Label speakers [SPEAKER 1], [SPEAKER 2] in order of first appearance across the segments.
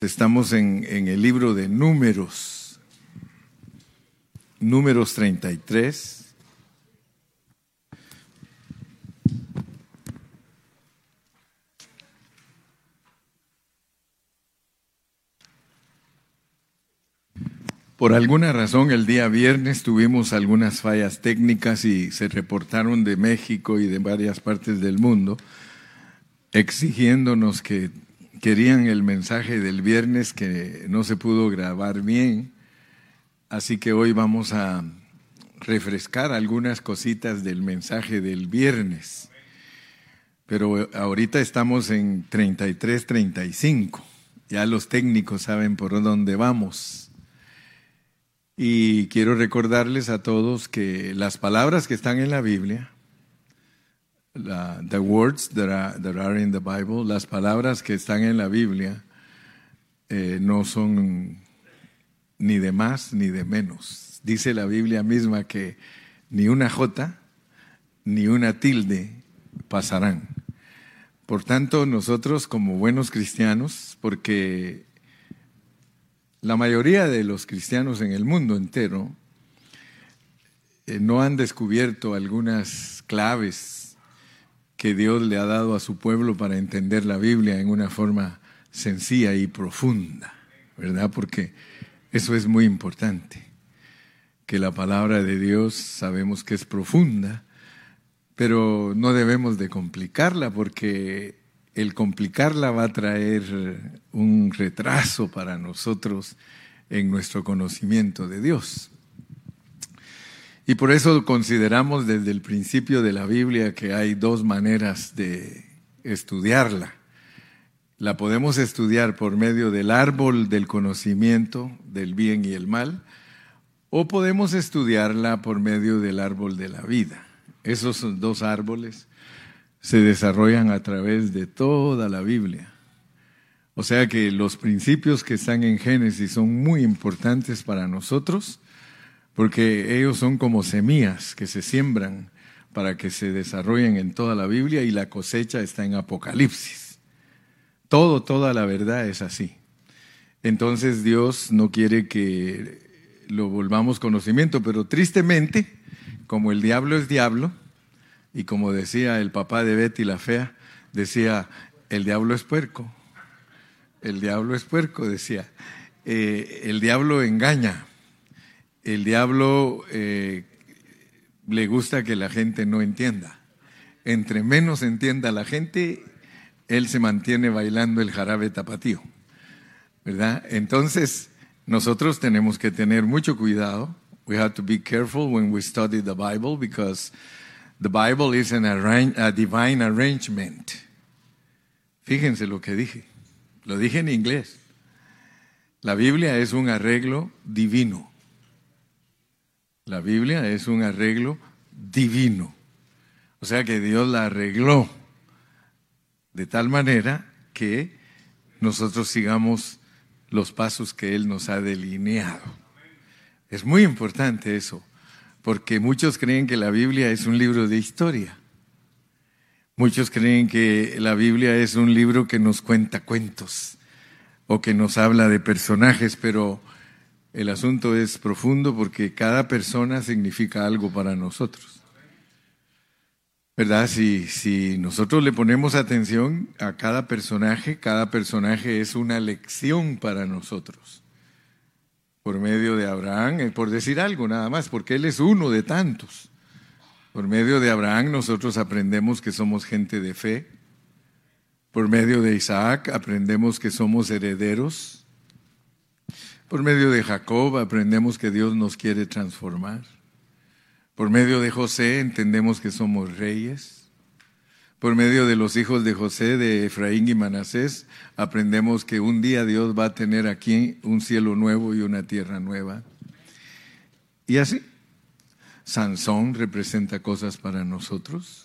[SPEAKER 1] Estamos en el libro de Números 33. Por alguna razón el día viernes tuvimos algunas fallas técnicas y se reportaron de México y de varias partes del mundo exigiéndonos que querían el mensaje del viernes que no se pudo grabar bien, así que hoy vamos a refrescar algunas cositas del mensaje del viernes. Pero ahorita estamos en 33-35, ya los técnicos saben por dónde vamos. Y quiero recordarles a todos que las palabras que están en la Biblia, the words that are in the Bible, las palabras que están en la Biblia no son ni de más ni de menos. Dice la Biblia misma que ni una jota ni una tilde pasarán. Por tanto, nosotros como buenos cristianos, porque la mayoría de los cristianos en el mundo entero no han descubierto algunas claves que Dios le ha dado a su pueblo para entender la Biblia en una forma sencilla y profunda, ¿verdad? Porque eso es muy importante, que la palabra de Dios sabemos que es profunda, pero no debemos de complicarla, porque el complicarla va a traer un retraso para nosotros en nuestro conocimiento de Dios. Y por eso consideramos desde el principio de la Biblia que hay dos maneras de estudiarla. La podemos estudiar por medio del árbol del conocimiento del bien y el mal, o podemos estudiarla por medio del árbol de la vida. Esos dos árboles se desarrollan a través de toda la Biblia. O sea que los principios que están en Génesis son muy importantes para nosotros, porque ellos son como semillas que se siembran para que se desarrollen en toda la Biblia, y la cosecha está en Apocalipsis. Toda la verdad es así. Entonces Dios no quiere que lo volvamos conocimiento, pero tristemente, como el diablo es diablo, y como decía el papá de Betty la Fea, decía, el diablo es puerco. El diablo es puerco, decía. El diablo engaña. El diablo le gusta que la gente no entienda. Entre menos entienda la gente, él se mantiene bailando el jarabe tapatío, ¿verdad? Entonces, nosotros tenemos que tener mucho cuidado. We have to be careful when we study the Bible, because the Bible is a divine arrangement. Fíjense lo que dije. Lo dije en inglés. La Biblia es un arreglo divino. La Biblia es un arreglo divino. O sea que Dios la arregló de tal manera que nosotros sigamos los pasos que Él nos ha delineado. Es muy importante eso, porque muchos creen que la Biblia es un libro de historia. Muchos creen que la Biblia es un libro que nos cuenta cuentos o que nos habla de personajes, pero el asunto es profundo porque cada persona significa algo para nosotros, ¿verdad? Si nosotros le ponemos atención a cada personaje es una lección para nosotros. Por medio de Abraham, por decir algo nada más, porque él es uno de tantos. Por medio de Abraham nosotros aprendemos que somos gente de fe. Por medio de Isaac aprendemos que somos herederos. Por medio de Jacob aprendemos que Dios nos quiere transformar. Por medio de José entendemos que somos reyes. Por medio de los hijos de José, de Efraín y Manasés, aprendemos que un día Dios va a tener aquí un cielo nuevo y una tierra nueva. Y así, Sansón representa cosas para nosotros.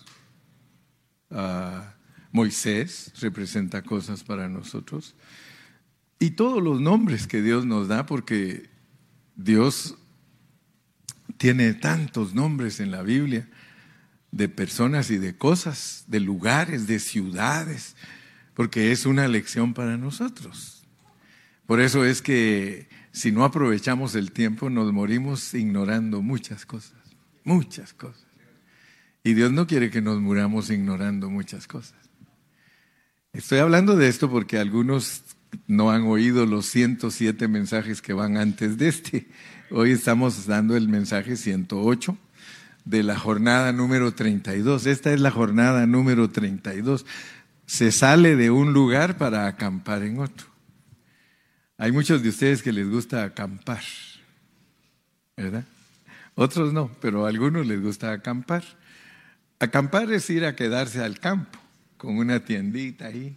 [SPEAKER 1] Moisés representa cosas para nosotros. Y todos los nombres que Dios nos da, porque Dios tiene tantos nombres en la Biblia, de personas y de cosas, de lugares, de ciudades, porque es una lección para nosotros. Por eso es que si no aprovechamos el tiempo, nos morimos ignorando muchas cosas, muchas cosas. Y Dios no quiere que nos muramos ignorando muchas cosas. Estoy hablando de esto porque algunos no han oído los 107 mensajes que van antes de este. Hoy estamos dando el mensaje 108 de la jornada número 32. Esta es la jornada número 32. Se sale de un lugar para acampar en otro. Hay muchos de ustedes que les gusta acampar, ¿verdad? Otros no, pero a algunos les gusta acampar. Acampar es ir a quedarse al campo, con una tiendita ahí.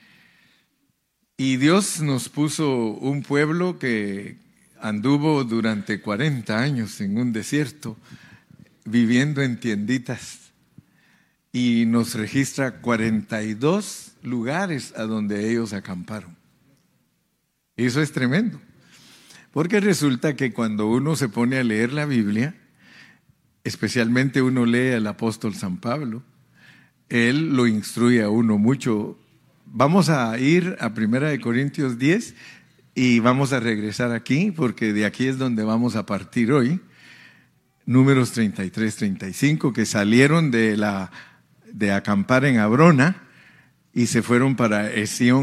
[SPEAKER 1] Y Dios nos puso un pueblo que anduvo durante 40 años en un desierto, viviendo en tienditas. Y nos registra 42 lugares a donde ellos acamparon. Y eso es tremendo. Porque resulta que cuando uno se pone a leer la Biblia, especialmente uno lee al apóstol San Pablo, él lo instruye a uno mucho. Vamos a ir a 1 Corintios 10 y vamos a regresar aquí, porque de aquí es donde vamos a partir hoy. Números 33, 35, que salieron de acampar en Abrona y se fueron para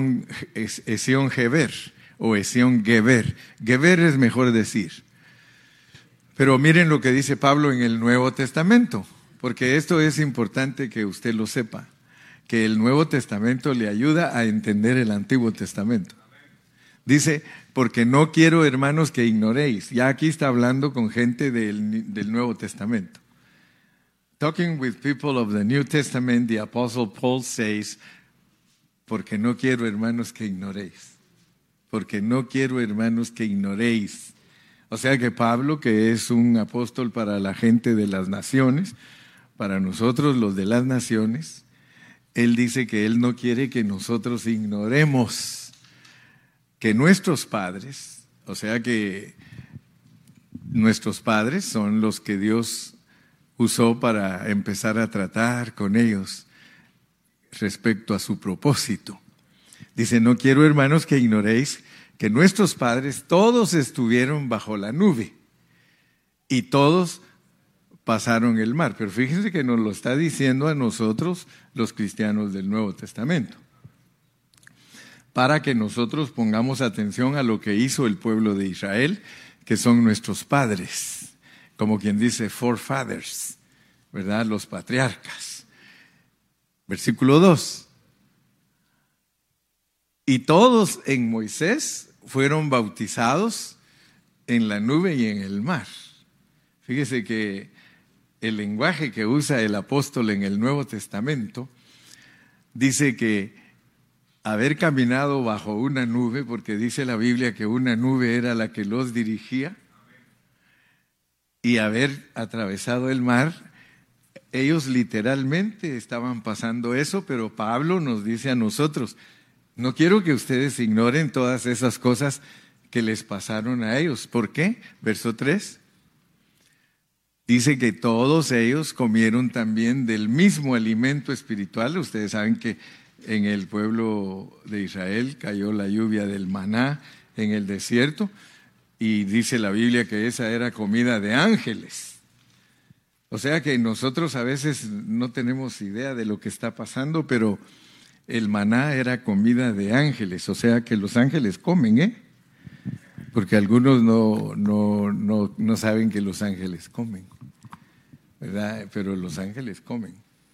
[SPEAKER 1] Esión-Geber o Esión-Geber. Geber es mejor decir. Pero miren lo que dice Pablo en el Nuevo Testamento, porque esto es importante que usted lo sepa, que el Nuevo Testamento le ayuda a entender el Antiguo Testamento. Dice, porque no quiero, hermanos, que ignoréis. Ya aquí está hablando con gente del Nuevo Testamento. Talking with people of the New Testament, the Apostle Paul says, porque no quiero, hermanos, que ignoréis. Porque no quiero, hermanos, que ignoréis. O sea que Pablo, que es un apóstol para la gente de las naciones, para nosotros los de las naciones, él dice que él no quiere que nosotros ignoremos que nuestros padres, o sea que nuestros padres son los que Dios usó para empezar a tratar con ellos respecto a su propósito. Dice, no quiero, hermanos, que ignoréis que nuestros padres todos estuvieron bajo la nube y todos pasaron el mar. Pero fíjense que nos lo está diciendo a nosotros, los cristianos del Nuevo Testamento, para que nosotros pongamos atención a lo que hizo el pueblo de Israel, que son nuestros padres, como quien dice forefathers, ¿verdad? Los patriarcas. Versículo 2. Y todos en Moisés fueron bautizados en la nube y en el mar. Fíjese que el lenguaje que usa el apóstol en el Nuevo Testamento dice que haber caminado bajo una nube, porque dice la Biblia que una nube era la que los dirigía, y haber atravesado el mar, ellos literalmente estaban pasando eso, pero Pablo nos dice a nosotros, no quiero que ustedes ignoren todas esas cosas que les pasaron a ellos. ¿Por qué? Verso 3. Dice que todos ellos comieron también del mismo alimento espiritual. Ustedes saben que en el pueblo de Israel cayó la lluvia del maná en el desierto y dice la Biblia que esa era comida de ángeles. O sea que nosotros a veces no tenemos idea de lo que está pasando, pero el maná era comida de ángeles, o sea que los ángeles comen, porque algunos no saben que los ángeles comen, ¿verdad? Pero los ángeles comen.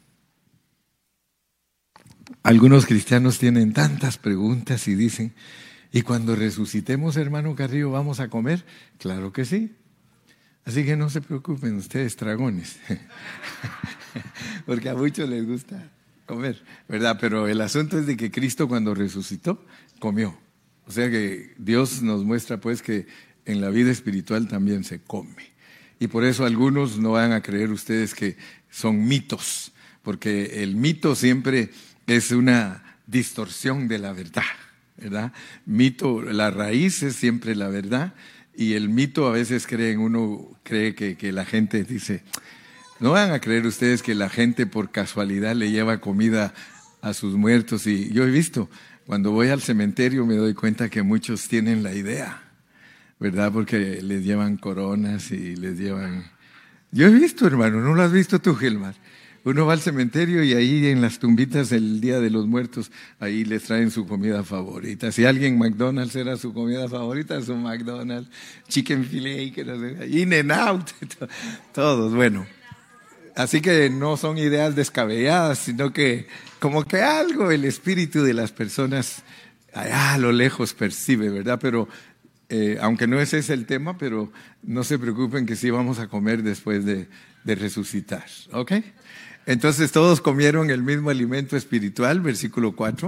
[SPEAKER 1] Algunos cristianos tienen tantas preguntas y dicen, ¿y cuando resucitemos, hermano Carrillo, vamos a comer? Claro que sí. Así que no se preocupen ustedes, dragones, porque a muchos les gusta comer, ¿verdad? Pero el asunto es de que Cristo cuando resucitó, comió. O sea que Dios nos muestra pues que en la vida espiritual también se come. Y por eso algunos no van a creer ustedes que son mitos, porque el mito siempre es una distorsión de la verdad, ¿verdad? Mito, la raíz es siempre la verdad, y el mito a veces uno cree que la gente dice, no van a creer ustedes que la gente por casualidad le lleva comida a sus muertos. Y yo he visto Cuando voy al cementerio me doy cuenta que muchos tienen la idea, ¿verdad? Porque les llevan coronas y les llevan... Yo he visto, hermano, ¿no lo has visto tú, Gilmar? Uno va al cementerio y ahí en las tumbitas el Día de los Muertos, ahí les traen su comida favorita. Si alguien McDonald's era su comida favorita, su McDonald's, chicken filet, que no sé, In-N-Out, todos, bueno. Así que no son ideas descabelladas, sino que como que algo el espíritu de las personas allá a lo lejos percibe, ¿verdad? Pero aunque no ese es el tema, pero no se preocupen que sí vamos a comer después de resucitar, ¿ok? Entonces todos comieron el mismo alimento espiritual, versículo 4.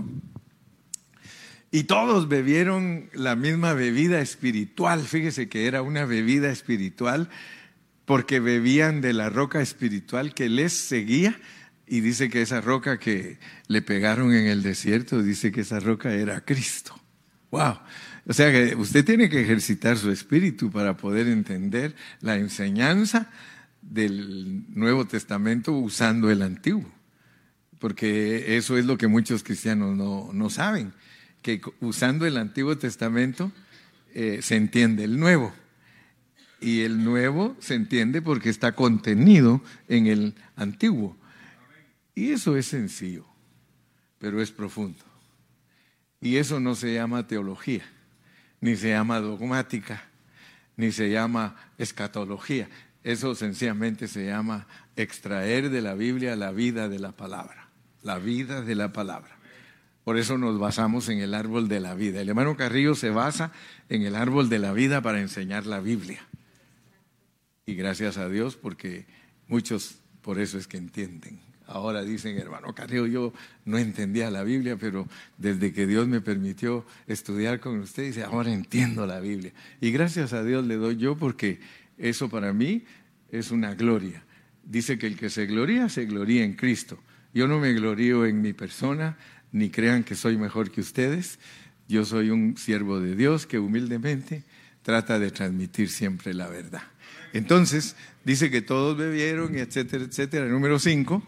[SPEAKER 1] Y todos bebieron la misma bebida espiritual. Fíjese que era una bebida espiritual porque bebían de la roca espiritual que les seguía. Y dice que esa roca que le pegaron en el desierto, dice que esa roca era Cristo. ¡Wow! O sea que usted tiene que ejercitar su espíritu para poder entender la enseñanza del Nuevo Testamento usando el Antiguo. Porque eso es lo que muchos cristianos no saben, que usando el Antiguo Testamento se entiende el Nuevo. Y el Nuevo se entiende porque está contenido en el Antiguo. Y eso es sencillo, pero es profundo. Y eso no se llama teología, ni se llama dogmática, ni se llama escatología. Eso sencillamente se llama extraer de la Biblia la vida de la palabra. La vida de la palabra. Por eso nos basamos en el árbol de la vida. El hermano Carrillo se basa en el árbol de la vida para enseñar la Biblia. Y gracias a Dios porque muchos por eso es que entienden. Ahora dicen, hermano Carrillo, yo no entendía la Biblia, pero desde que Dios me permitió estudiar con usted, dice, ahora entiendo la Biblia. Y gracias a Dios le doy yo porque eso para mí es una gloria. Dice que el que se gloría en Cristo. Yo no me glorío en mi persona, ni crean que soy mejor que ustedes. Yo soy un siervo de Dios que humildemente trata de transmitir siempre la verdad. Entonces, dice que todos bebieron, etcétera, etcétera. Número 5.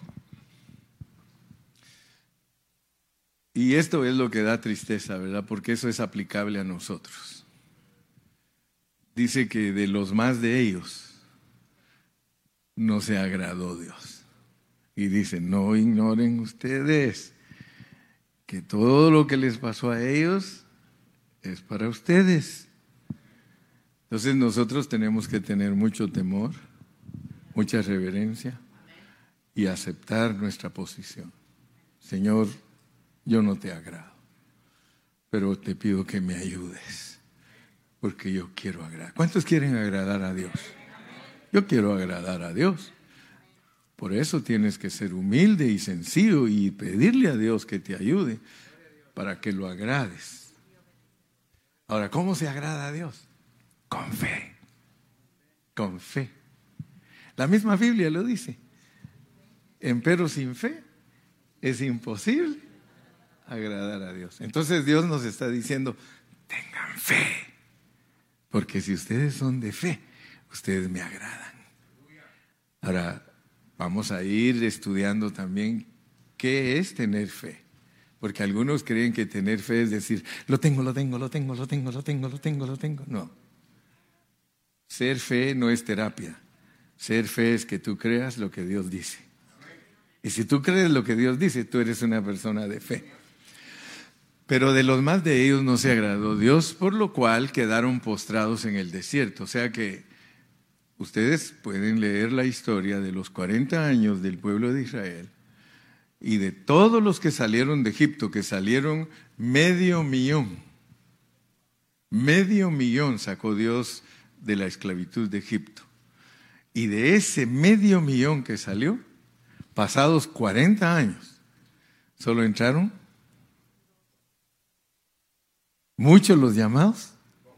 [SPEAKER 1] Y esto es lo que da tristeza, ¿verdad? Porque eso es aplicable a nosotros. Dice que de los más de ellos no se agradó Dios. Y dice, no ignoren ustedes que todo lo que les pasó a ellos es para ustedes. Entonces nosotros tenemos que tener mucho temor, mucha reverencia y aceptar nuestra posición. Señor, yo no te agrado, pero te pido que me ayudes, porque yo quiero agradar. ¿Cuántos quieren agradar a Dios? Yo quiero agradar a Dios. Por eso tienes que ser humilde y sencillo y pedirle a Dios que te ayude para que lo agrades. Ahora, ¿cómo se agrada a Dios? Con fe. Con fe. La misma Biblia lo dice. Empero sin fe es imposible agradar a Dios. Entonces Dios nos está diciendo, tengan fe, porque si ustedes son de fe, ustedes me agradan. Ahora, vamos a ir estudiando también qué es tener fe, porque algunos creen que tener fe es decir, lo tengo. No. Ser fe no es terapia. Ser fe es que tú creas lo que Dios dice. Y si tú crees lo que Dios dice, tú eres una persona de fe. Pero de los más de ellos no se agradó Dios, por lo cual quedaron postrados en el desierto. O sea que ustedes pueden leer la historia de los 40 años del pueblo de Israel y de todos los que salieron de Egipto, que salieron 500,000. 500,000 sacó Dios de la esclavitud de Egipto. Y de ese 500,000 que salió, pasados 40 años, solo entraron muchos los llamados.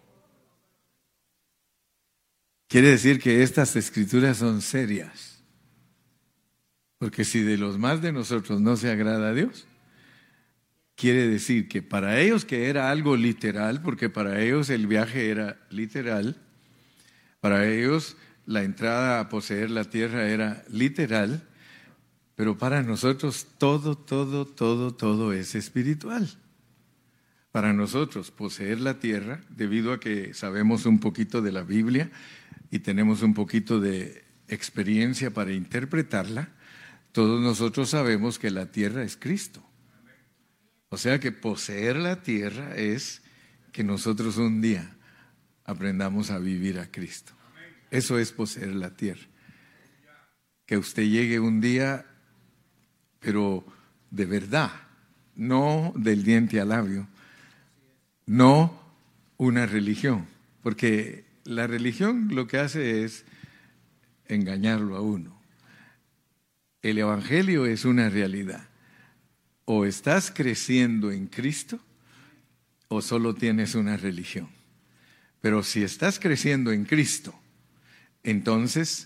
[SPEAKER 1] Quiere decir que estas escrituras son serias. Porque si de los más de nosotros no se agrada a Dios, quiere decir que para ellos que era algo literal, porque para ellos el viaje era literal, para ellos la entrada a poseer la tierra era literal, pero para nosotros todo es espiritual. Para nosotros, poseer la tierra, debido a que sabemos un poquito de la Biblia y tenemos un poquito de experiencia para interpretarla, todos nosotros sabemos que la tierra es Cristo. O sea que poseer la tierra es que nosotros un día aprendamos a vivir a Cristo. Eso es poseer la tierra. Que usted llegue un día, pero de verdad, no del diente al labio, no una religión, porque la religión lo que hace es engañarlo a uno. El evangelio es una realidad. O estás creciendo en Cristo o solo tienes una religión. Pero si estás creciendo en Cristo, entonces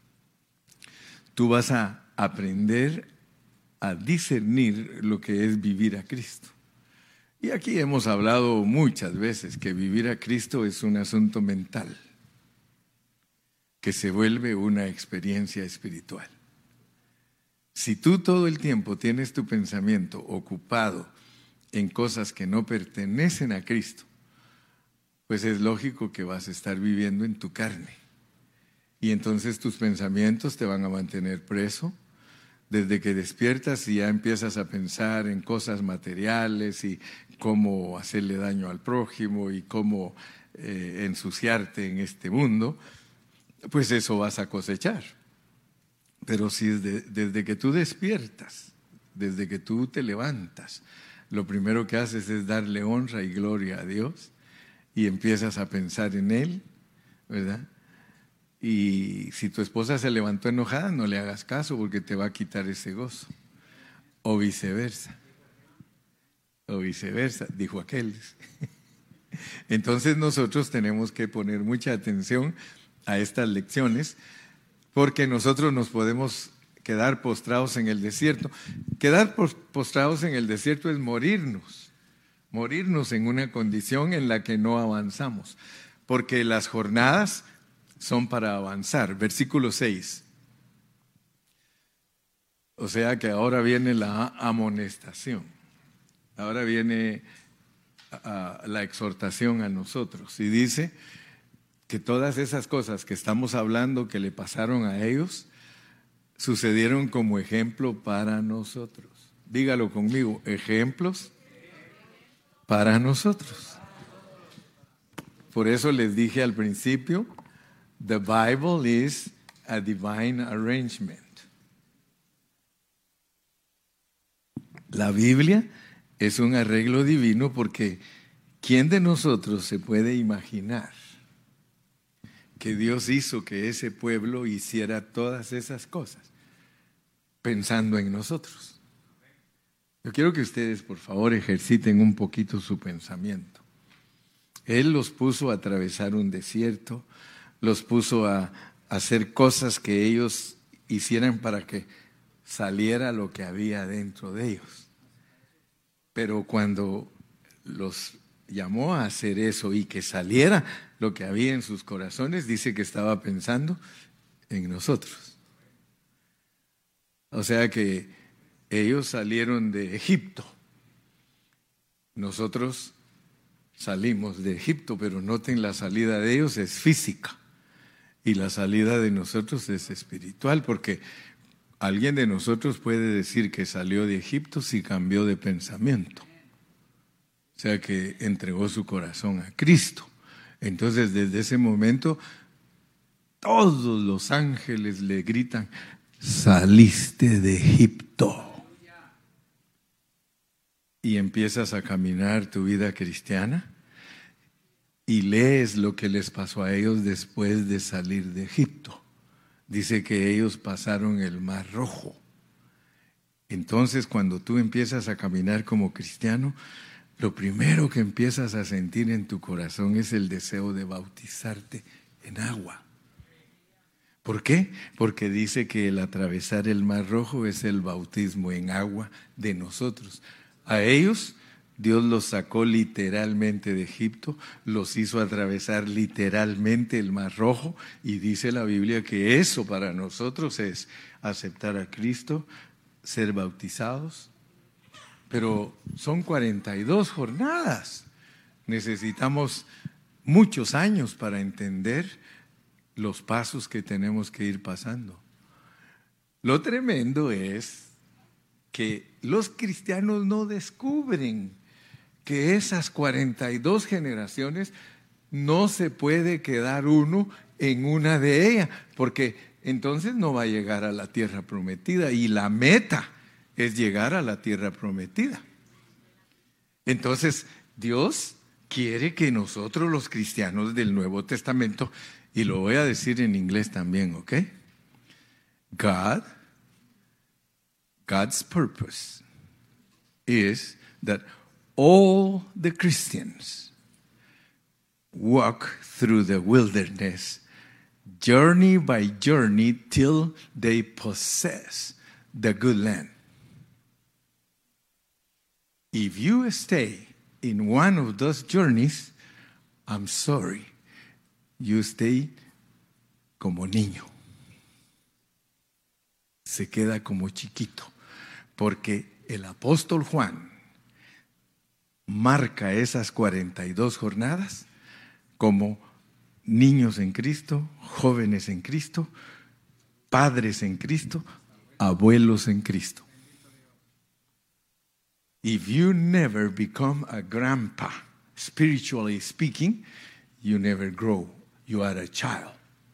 [SPEAKER 1] tú vas a aprender a discernir lo que es vivir a Cristo. Y aquí hemos hablado muchas veces que vivir a Cristo es un asunto mental, que se vuelve una experiencia espiritual. Si tú todo el tiempo tienes tu pensamiento ocupado en cosas que no pertenecen a Cristo, pues es lógico que vas a estar viviendo en tu carne. Y entonces tus pensamientos te van a mantener preso. Desde que despiertas y ya empiezas a pensar en cosas materiales y cómo hacerle daño al prójimo y cómo ensuciarte en este mundo, pues eso vas a cosechar. Pero si desde que tú despiertas, desde que tú te levantas, lo primero que haces es darle honra y gloria a Dios y empiezas a pensar en Él, ¿verdad? Y si tu esposa se levantó enojada, no le hagas caso porque te va a quitar ese gozo. O viceversa. O viceversa, dijo aquel. Entonces nosotros tenemos que poner mucha atención a estas lecciones porque nosotros nos podemos quedar postrados en el desierto. Quedar postrados en el desierto es morirnos en una condición en la que no avanzamos. Porque las jornadas son para avanzar. Versículo 6. O sea que ahora viene la amonestación. Ahora viene la exhortación a nosotros. Y dice que todas esas cosas que estamos hablando que le pasaron a ellos, sucedieron como ejemplo para nosotros. Dígalo conmigo, ejemplos para nosotros. Por eso les dije al principio, the Bible is a divine arrangement. La Biblia es un arreglo divino porque ¿quién de nosotros se puede imaginar que Dios hizo que ese pueblo hiciera todas esas cosas pensando en nosotros? Yo quiero que ustedes, por favor, ejerciten un poquito su pensamiento. Él los puso a atravesar un desierto, los puso a hacer cosas que ellos hicieran para que saliera lo que había dentro de ellos. Pero cuando los llamó a hacer eso y que saliera lo que había en sus corazones, dice que estaba pensando en nosotros. O sea que ellos salieron de Egipto. Nosotros salimos de Egipto, pero noten, la salida de ellos es física y la salida de nosotros es espiritual, porque alguien de nosotros puede decir que salió de Egipto si cambió de pensamiento. O sea que entregó su corazón a Cristo. Entonces desde ese momento todos los ángeles le gritan, saliste de Egipto. Y empiezas a caminar tu vida cristiana y lees lo que les pasó a ellos después de salir de Egipto. Dice que ellos pasaron el Mar Rojo. Entonces, cuando tú empiezas a caminar como cristiano, lo primero que empiezas a sentir en tu corazón es el deseo de bautizarte en agua. ¿Por qué? Porque dice que el atravesar el Mar Rojo es el bautismo en agua de nosotros. A ellos Dios los sacó literalmente de Egipto, los hizo atravesar literalmente el Mar Rojo, y dice la Biblia que eso para nosotros es aceptar a Cristo, ser bautizados pero son 42 jornadas. Necesitamos muchos años para entender los pasos que tenemos que ir pasando. Lo tremendo es que los cristianos no descubren que esas 42 generaciones no se puede quedar uno en una de ellas, porque entonces no va a llegar a la tierra prometida, y la meta es llegar a la tierra prometida. Entonces Dios quiere que nosotros, los cristianos del Nuevo Testamento, y lo voy a decir en inglés también, ¿ok? God's purpose is that all the Christians walk through the wilderness, journey by journey, till they possess the good land. If you stay in one of those journeys, I'm sorry, you stay como niño. Se queda como chiquito, porque el apóstol Juan marca esas 42 jornadas como niños en Cristo, jóvenes en Cristo, padres en Cristo, abuelos en Cristo. If you never become a grandpa, spiritually speaking, you never grow. You are a child.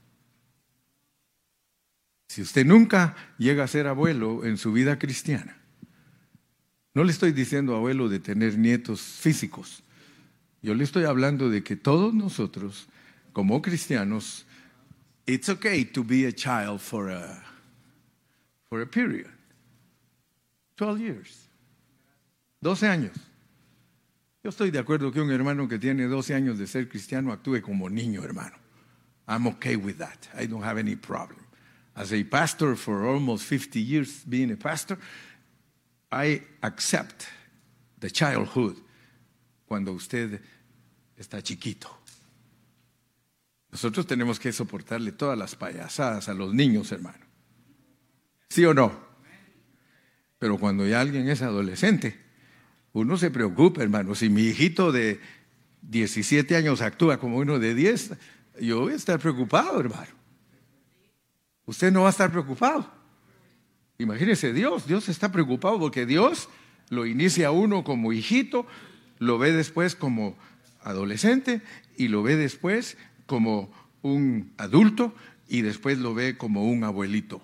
[SPEAKER 1] Si usted nunca llega a ser abuelo en su vida cristiana, no le estoy diciendo abuelo de tener nietos físicos. Yo le estoy hablando de que todos nosotros, como cristianos, it's okay to be a child for a period. 12 years. 12 años. Yo estoy de acuerdo que un hermano que tiene 12 años de ser cristiano actúe como niño, hermano. I'm okay with that. I don't have any problem. As a pastor for almost 50 years being a pastor, I accept the childhood cuando usted está chiquito. Nosotros tenemos que soportarle todas las payasadas a los niños, hermano. ¿Sí o no? Pero cuando ya alguien es adolescente, uno se preocupa, hermano. Si mi hijito de 17 años actúa como uno de 10, yo voy a estar preocupado, hermano. Usted no va a estar preocupado. Imagínese, Dios está preocupado porque Dios lo inicia a uno como hijito, lo ve después como adolescente y lo ve después como un adulto y después lo ve como un abuelito.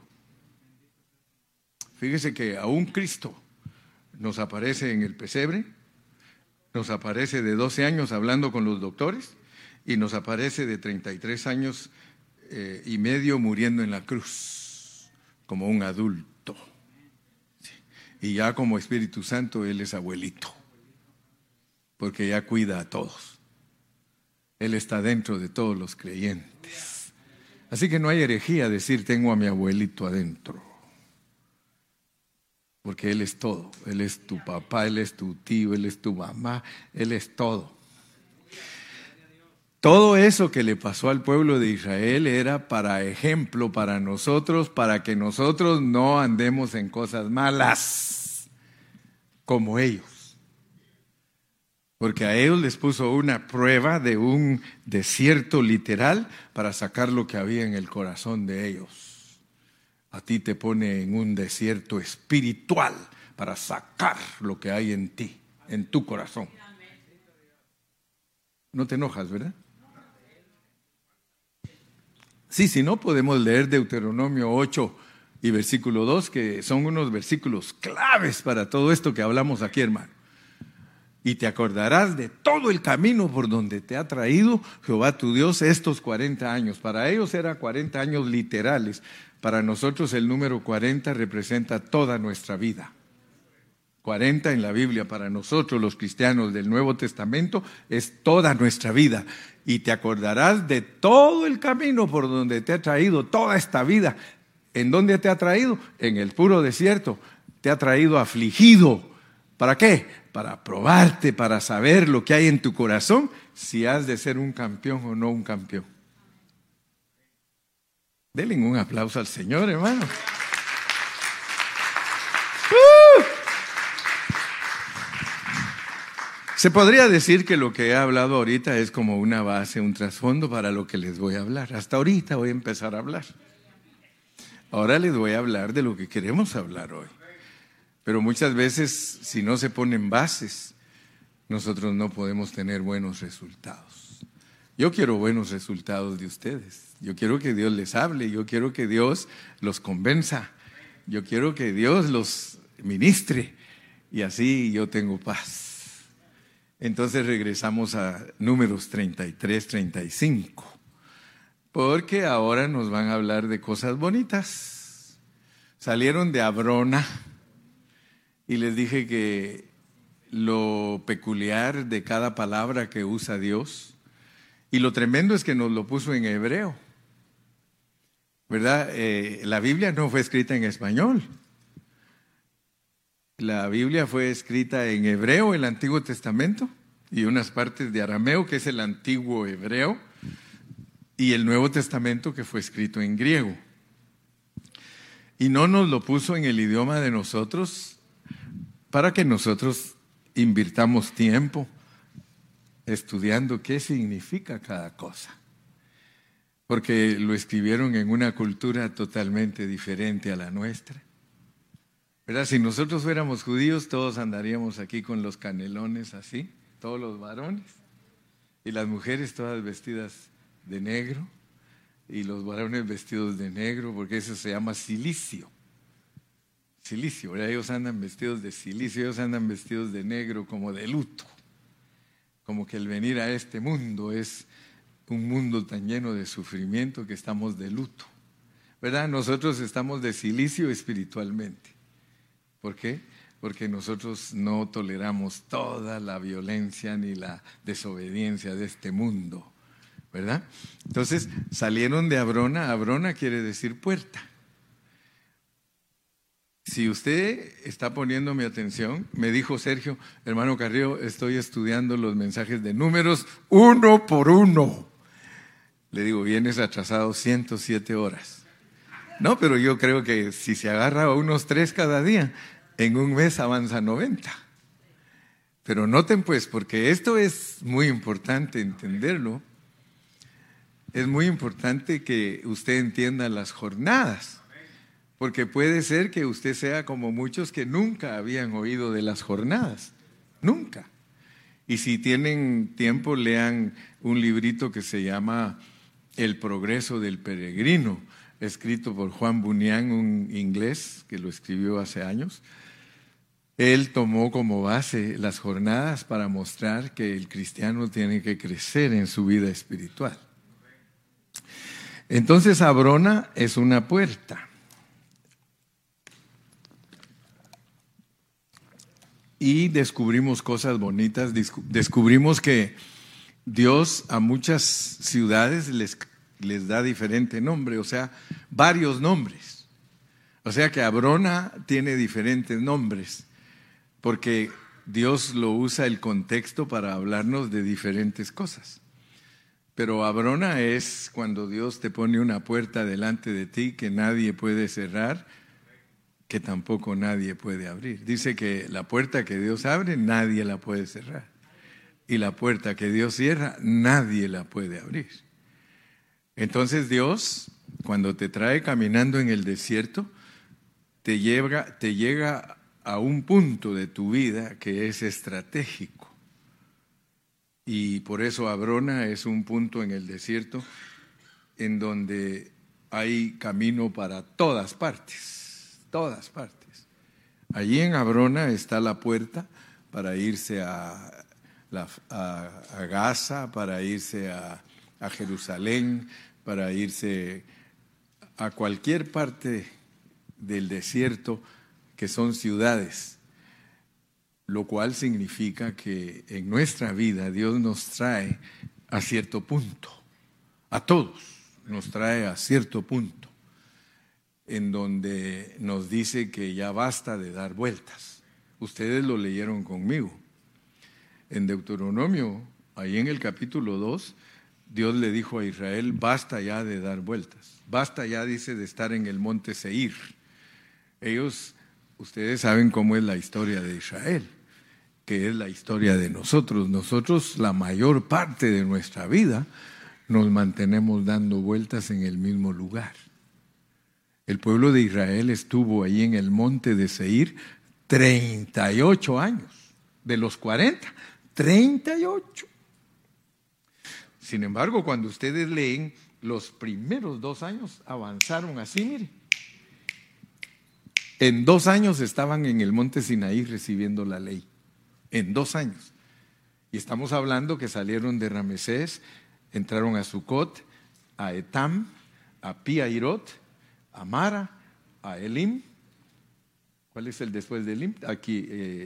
[SPEAKER 1] Fíjese que aún Cristo nos aparece en el pesebre, nos aparece de 12 años hablando con los doctores y nos aparece de 33 años y medio muriendo en la cruz como un adulto. Sí. Y ya como Espíritu Santo Él es abuelito, porque ya cuida a todos. Él está dentro de todos los creyentes. Así que no hay herejía decir tengo a mi abuelito adentro, porque Él es todo. Él es tu papá, Él es tu tío, Él es tu mamá, Él es todo. Todo eso que le pasó al pueblo de Israel era para ejemplo para nosotros, para que nosotros no andemos en cosas malas como ellos. Porque a ellos les puso una prueba de un desierto literal para sacar lo que había en el corazón de ellos. A ti te pone en un desierto espiritual para sacar lo que hay en ti, en tu corazón. No te enojas, ¿verdad? Sí, si no, podemos leer Deuteronomio 8 y versículo 2, que son unos versículos claves para todo esto que hablamos aquí, hermano. Y te acordarás de todo el camino por donde te ha traído Jehová tu Dios estos 40 años. Para ellos eran 40 años literales. Para nosotros el número 40 representa toda nuestra vida. 40 en la Biblia para nosotros los cristianos del Nuevo Testamento es toda nuestra vida. Y te acordarás de todo el camino por donde te ha traído toda esta vida. ¿En dónde te ha traído? En el puro desierto. Te ha traído afligido. ¿Para qué? Para probarte, para saber lo que hay en tu corazón, si has de ser un campeón o no un campeón. Denle un aplauso al Señor, hermano. Se podría decir que lo que he hablado ahorita es como una base, un trasfondo para lo que les voy a hablar. Hasta ahorita voy a empezar a hablar. Ahora les voy a hablar de lo que queremos hablar hoy. Pero muchas veces, si no se ponen bases, nosotros no podemos tener buenos resultados. Yo quiero buenos resultados de ustedes. Yo quiero que Dios les hable. Yo quiero que Dios los convenza. Yo quiero que Dios los ministre. Y así yo tengo paz. Entonces regresamos a Números 33, 35. Porque ahora nos van a hablar de cosas bonitas. Salieron de Abrona y les dije que lo peculiar de cada palabra que usa Dios, y lo tremendo es que nos lo puso en hebreo, ¿verdad? La Biblia no fue escrita en español. La Biblia fue escrita en hebreo, el Antiguo Testamento, y unas partes de arameo, que es el antiguo hebreo, y el Nuevo Testamento, que fue escrito en griego. Y no nos lo puso en el idioma de nosotros para que nosotros invirtamos tiempo estudiando qué significa cada cosa. Porque lo escribieron en una cultura totalmente diferente a la nuestra. ¿Verdad? Si nosotros fuéramos judíos, todos andaríamos aquí con los canelones así, todos los varones, y las mujeres todas vestidas de negro, y los varones vestidos de negro, porque eso se llama cilicio. Cilicio, ¿verdad? Ellos andan vestidos de cilicio, ellos andan vestidos de negro, como de luto. Como que el venir a este mundo es un mundo tan lleno de sufrimiento que estamos de luto. ¿Verdad? Nosotros estamos de cilicio espiritualmente. ¿Por qué? Porque nosotros no toleramos toda la violencia ni la desobediencia de este mundo, ¿verdad? Entonces, salieron de Abrona. Abrona quiere decir puerta. Si usted está poniendo mi atención, me dijo Sergio, hermano Carrillo, estoy estudiando los mensajes de Números uno por uno. Le digo, vienes atrasado 107 horas. No, pero yo creo que si se agarra unos 3 cada día, en un mes avanza 90. Pero noten pues, porque esto es muy importante entenderlo. Es muy importante que usted entienda las jornadas. Porque puede ser que usted sea como muchos que nunca habían oído de las jornadas. Nunca. Y si tienen tiempo, lean un librito que se llama El progreso del peregrino, escrito por Juan Bunyan, un inglés que lo escribió hace años. Él tomó como base las jornadas para mostrar que el cristiano tiene que crecer en su vida espiritual. Entonces, Abrona es una puerta. Y descubrimos cosas bonitas, descubrimos que Dios a muchas ciudades les da diferente nombre, o sea, varios nombres. O sea que Abrona tiene diferentes nombres, porque Dios lo usa el contexto para hablarnos de diferentes cosas. Pero Abrona es cuando Dios te pone una puerta delante de ti que nadie puede cerrar, que tampoco nadie puede abrir. Dice que la puerta que Dios abre, nadie la puede cerrar. Y la puerta que Dios cierra, nadie la puede abrir. Entonces Dios, cuando te trae caminando en el desierto, te llega a un punto de tu vida que es estratégico. Y por eso Abrona es un punto en el desierto en donde hay camino para todas partes, todas partes. Allí en Abrona está la puerta para irse a Gaza, para irse a Jerusalén, para irse a cualquier parte del desierto que son ciudades. Lo cual significa que en nuestra vida Dios nos trae a cierto punto, a todos nos trae a cierto punto, en donde nos dice que ya basta de dar vueltas. Ustedes lo leyeron conmigo. En Deuteronomio, ahí en el capítulo 2, Dios le dijo a Israel, basta ya de dar vueltas. Basta ya, dice, de estar en el monte Seir. Ustedes saben cómo es la historia de Israel. que es la historia de nosotros. Nosotros, la mayor parte de nuestra vida, nos mantenemos dando vueltas en el mismo lugar. El pueblo de Israel estuvo ahí en el monte de Seir 38 años. De los 40, 38. Sin embargo, cuando ustedes leen, los primeros 2 años avanzaron así, mire. En 2 años estaban en el monte Sinaí recibiendo la ley. En 2 años. Y estamos hablando que salieron de Ramesés, entraron a Sucot, a Etam, a Pi-Hahirot, a Mara, a Elim. ¿Cuál es el después de Elim? Aquí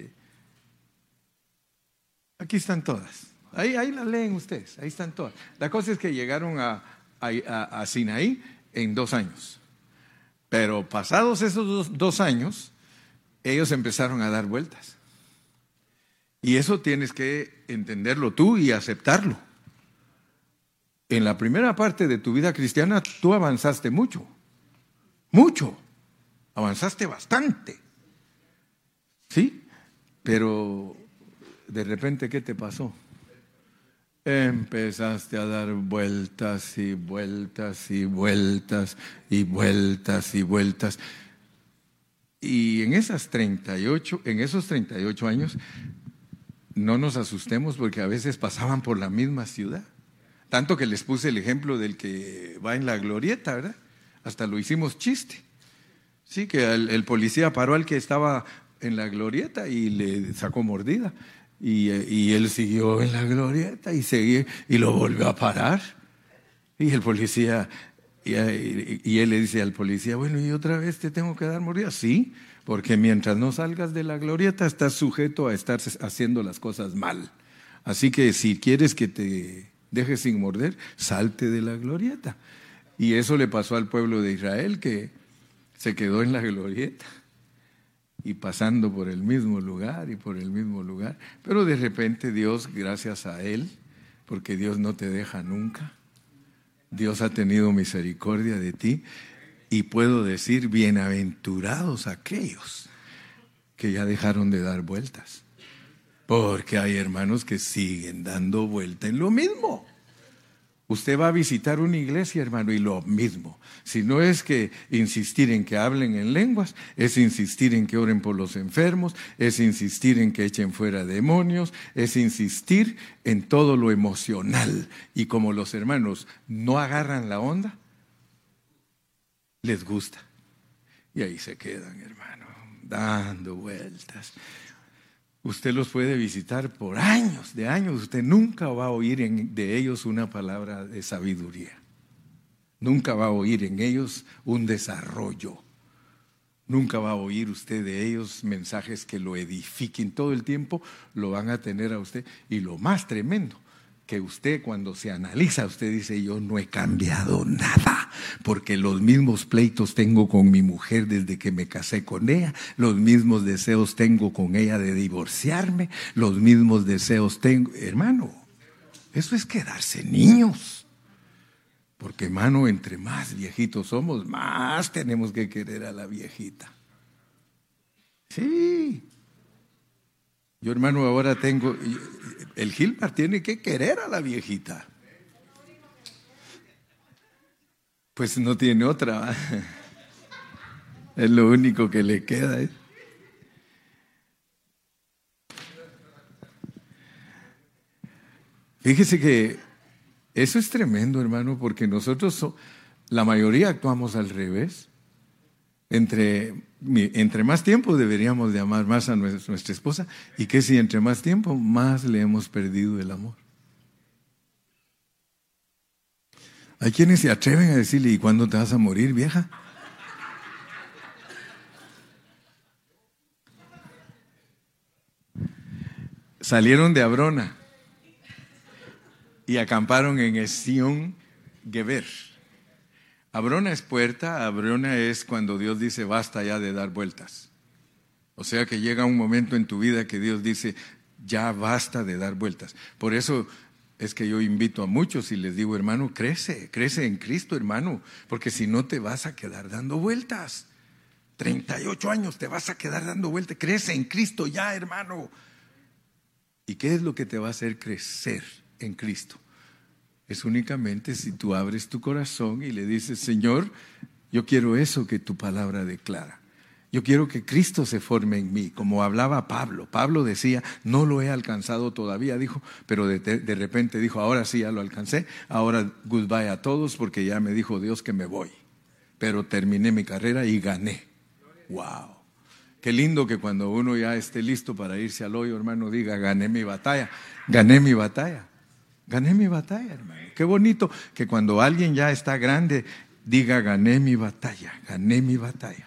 [SPEAKER 1] están todas. Ahí las leen ustedes, ahí están todas. La cosa es que llegaron a Sinaí en 2 años. Pero pasados esos 2 años, ellos empezaron a dar vueltas. Y eso tienes que entenderlo tú y aceptarlo. En la primera parte de tu vida cristiana, tú avanzaste mucho. Mucho. Avanzaste bastante. ¿Sí? Pero de repente, ¿qué te pasó? Empezaste a dar vueltas y vueltas y vueltas y vueltas y vueltas. Y en esos 38 años, no nos asustemos porque a veces pasaban por la misma ciudad. Tanto que les puse el ejemplo del que va en la glorieta, ¿verdad? Hasta lo hicimos chiste. Sí, que el policía paró al que estaba en la glorieta y le sacó mordida. Y él siguió en la glorieta y seguía y lo volvió a parar. Y el policía, y él le dice al policía, bueno, ¿y otra vez te tengo que dar mordida? Sí, porque mientras no salgas de la glorieta estás sujeto a estar haciendo las cosas mal. Así que si quieres que te dejes sin morder, salte de la glorieta. Y eso le pasó al pueblo de Israel, que se quedó en la glorieta. Y pasando por el mismo lugar y por el mismo lugar. Pero de repente Dios, gracias a Él, porque Dios no te deja nunca, Dios ha tenido misericordia de ti. Y puedo decir, bienaventurados aquellos que ya dejaron de dar vueltas. Porque hay hermanos que siguen dando vuelta en lo mismo. Usted va a visitar una iglesia, hermano, y lo mismo. Si no es que insistir en que hablen en lenguas, es insistir en que oren por los enfermos, es insistir en que echen fuera demonios, es insistir en todo lo emocional. Y como los hermanos no agarran la onda, les gusta. Y ahí se quedan, hermano, dando vueltas. Usted los puede visitar por años, de años. Usted nunca va a oír de ellos una palabra de sabiduría. Nunca va a oír en ellos un desarrollo. Nunca va a oír usted de ellos mensajes que lo edifiquen. Todo el tiempo lo van a tener a usted. Y lo más tremendo, que usted cuando se analiza, usted dice, yo no he cambiado nada, porque los mismos pleitos tengo con mi mujer desde que me casé con ella, los mismos deseos tengo con ella de divorciarme, los mismos deseos tengo. Hermano, eso es quedarse niños, porque hermano, entre más viejitos somos, más tenemos que querer a la viejita. Sí. Yo, hermano, ahora tengo, el Gilmar tiene que querer a la viejita. Pues no tiene otra. Es lo único que le queda. Fíjese que eso es tremendo, hermano, porque nosotros, la mayoría actuamos al revés. Entre más tiempo deberíamos de amar más a nuestra esposa, y que si entre más tiempo más le hemos perdido el amor. Hay quienes se atreven a decirle, ¿y cuándo te vas a morir, vieja? Salieron de Abrona y acamparon en Esión Geber. Abrona es puerta, Abrona es cuando Dios dice basta ya de dar vueltas. O sea que llega un momento en tu vida que Dios dice ya basta de dar vueltas. Por eso es que yo invito a muchos y les digo, hermano, crece en Cristo, hermano, porque si no te vas a quedar dando vueltas. 38 años te vas a quedar dando vueltas, crece en Cristo ya, hermano. ¿Y qué es lo que te va a hacer crecer en Cristo? Es únicamente si tú abres tu corazón y le dices, Señor, yo quiero eso que tu palabra declara. Yo quiero que Cristo se forme en mí, como hablaba Pablo. Pablo decía, no lo he alcanzado todavía, dijo, pero de repente dijo, ahora sí ya lo alcancé, ahora goodbye a todos porque ya me dijo Dios que me voy. Pero terminé mi carrera y gané. ¡Wow! Qué lindo que cuando uno ya esté listo para irse al hoyo, hermano, diga, gané mi batalla, gané mi batalla. Gané mi batalla, hermano. Qué bonito que cuando alguien ya está grande diga, gané mi batalla, gané mi batalla.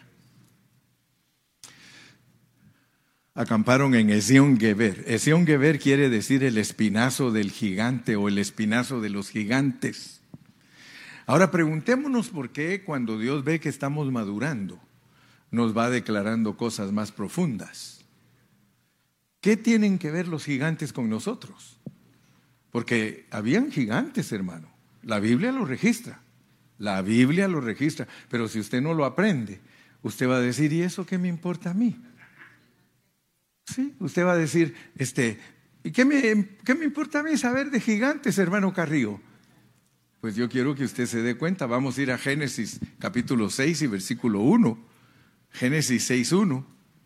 [SPEAKER 1] Acamparon en Ezión Geber. Ezión Geber quiere decir el espinazo del gigante o el espinazo de los gigantes. Ahora preguntémonos por qué cuando Dios ve que estamos madurando, nos va declarando cosas más profundas. ¿Qué tienen que ver los gigantes con nosotros? Porque habían gigantes, hermano. La Biblia lo registra. La Biblia lo registra. Pero si usted no lo aprende, usted va a decir, ¿y eso qué me importa a mí? Sí, usted va a decir, ¿y qué me importa a mí saber de gigantes, hermano Carrillo? Pues yo quiero que usted se dé cuenta. Vamos a ir a Génesis capítulo 6 y versículo 1. Génesis 6:1.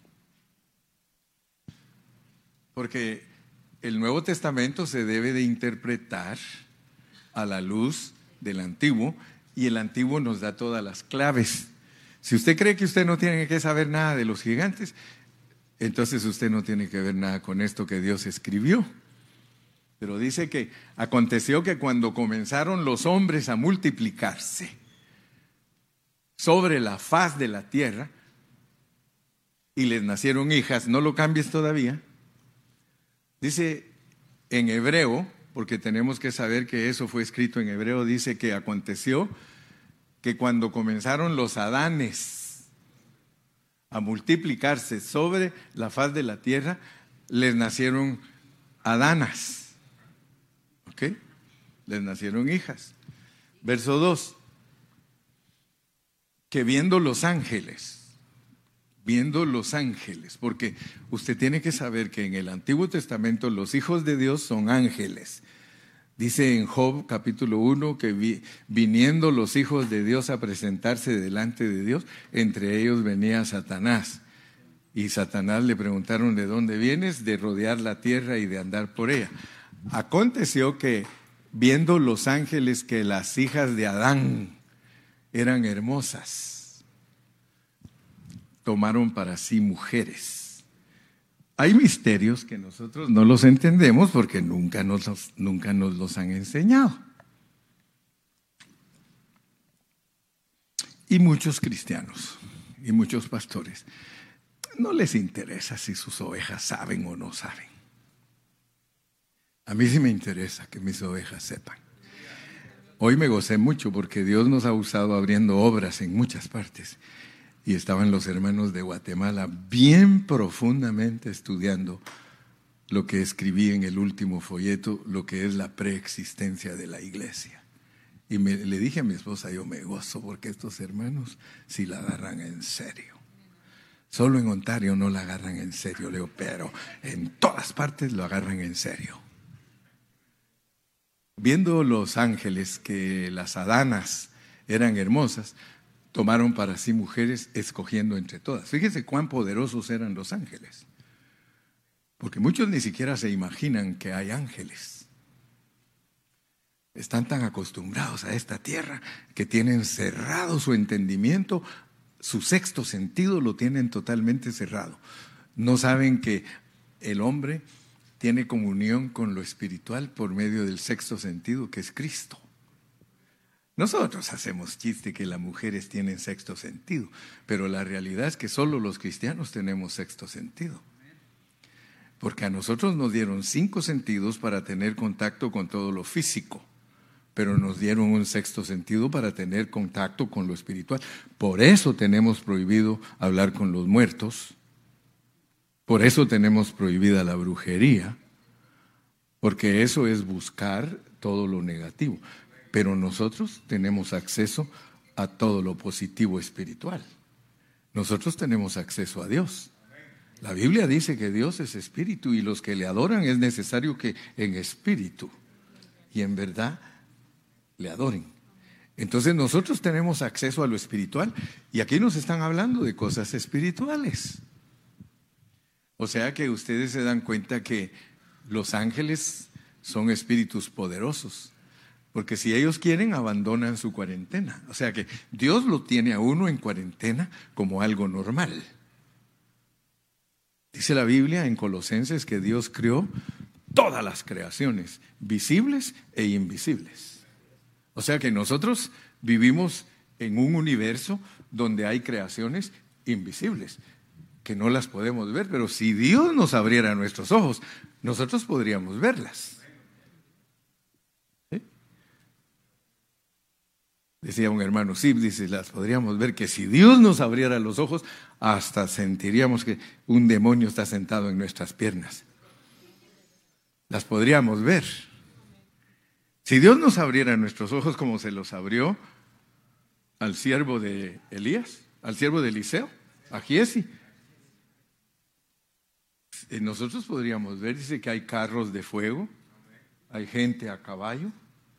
[SPEAKER 1] Porque el Nuevo Testamento se debe de interpretar a la luz del Antiguo, y el Antiguo nos da todas las claves. Si usted cree que usted no tiene que saber nada de los gigantes, entonces usted no tiene que ver nada con esto que Dios escribió. Pero dice que aconteció que cuando comenzaron los hombres a multiplicarse sobre la faz de la tierra y les nacieron hijas, no lo cambies todavía. Dice en hebreo, porque tenemos que saber que eso fue escrito en hebreo, dice que aconteció que cuando comenzaron los Adanes a multiplicarse sobre la faz de la tierra, les nacieron Adanas. ¿Ok? Les nacieron hijas. Verso 2. Que viendo los ángeles, porque usted tiene que saber que en el Antiguo Testamento los hijos de Dios son ángeles. Dice en Job capítulo 1 que viniendo los hijos de Dios a presentarse delante de Dios, entre ellos venía Satanás. Y Satanás le preguntaron, ¿de dónde vienes? De rodear la tierra y de andar por ella. Aconteció que viendo los ángeles que las hijas de Adán eran hermosas, tomaron para sí mujeres. Hay misterios que nosotros no los entendemos porque nunca nos los han enseñado. Y muchos cristianos y muchos pastores no les interesa si sus ovejas saben o no saben. A mí sí me interesa que mis ovejas sepan. Hoy me gocé mucho porque Dios nos ha usado abriendo obras en muchas partes. Y estaban los hermanos de Guatemala bien profundamente estudiando lo que escribí en el último folleto, lo que es la preexistencia de la iglesia. Y le dije a mi esposa, yo me gozo porque estos hermanos sí la agarran en serio. Solo en Ontario no la agarran en serio, Leo, pero en todas partes lo agarran en serio. Viendo los ángeles que las Adanas eran hermosas, tomaron para sí mujeres escogiendo entre todas. Fíjese cuán poderosos eran los ángeles. Porque muchos ni siquiera se imaginan que hay ángeles. Están tan acostumbrados a esta tierra que tienen cerrado su entendimiento, su sexto sentido lo tienen totalmente cerrado. No saben que el hombre tiene comunión con lo espiritual por medio del sexto sentido, que es Cristo. Nosotros hacemos chiste que las mujeres tienen sexto sentido, pero la realidad es que solo los cristianos tenemos sexto sentido. Porque a nosotros nos dieron 5 sentidos para tener contacto con todo lo físico, pero nos dieron un sexto sentido para tener contacto con lo espiritual. Por eso tenemos prohibido hablar con los muertos, por eso tenemos prohibida la brujería, porque eso es buscar todo lo negativo. Pero nosotros tenemos acceso a todo lo positivo espiritual. Nosotros tenemos acceso a Dios. La Biblia dice que Dios es espíritu y los que le adoran es necesario que en espíritu y en verdad le adoren. Entonces nosotros tenemos acceso a lo espiritual y aquí nos están hablando de cosas espirituales. O sea que ustedes se dan cuenta que los ángeles son espíritus poderosos, porque si ellos quieren abandonan su cuarentena. O sea que Dios lo tiene a uno en cuarentena como algo normal. Dice la Biblia en Colosenses que Dios creó todas las creaciones, visibles e invisibles. O sea que nosotros vivimos en un universo donde hay creaciones invisibles, que no las podemos ver, pero si Dios nos abriera nuestros ojos, nosotros podríamos verlas. ¿Sí? Decía un hermano, sí, dice, las podríamos ver, que si Dios nos abriera los ojos, hasta sentiríamos que un demonio está sentado en nuestras piernas. Las podríamos ver. Si Dios nos abriera nuestros ojos como se los abrió al siervo de Elías, al siervo de Eliseo, a Giesi, nosotros podríamos ver, dice que hay carros de fuego, hay gente a caballo.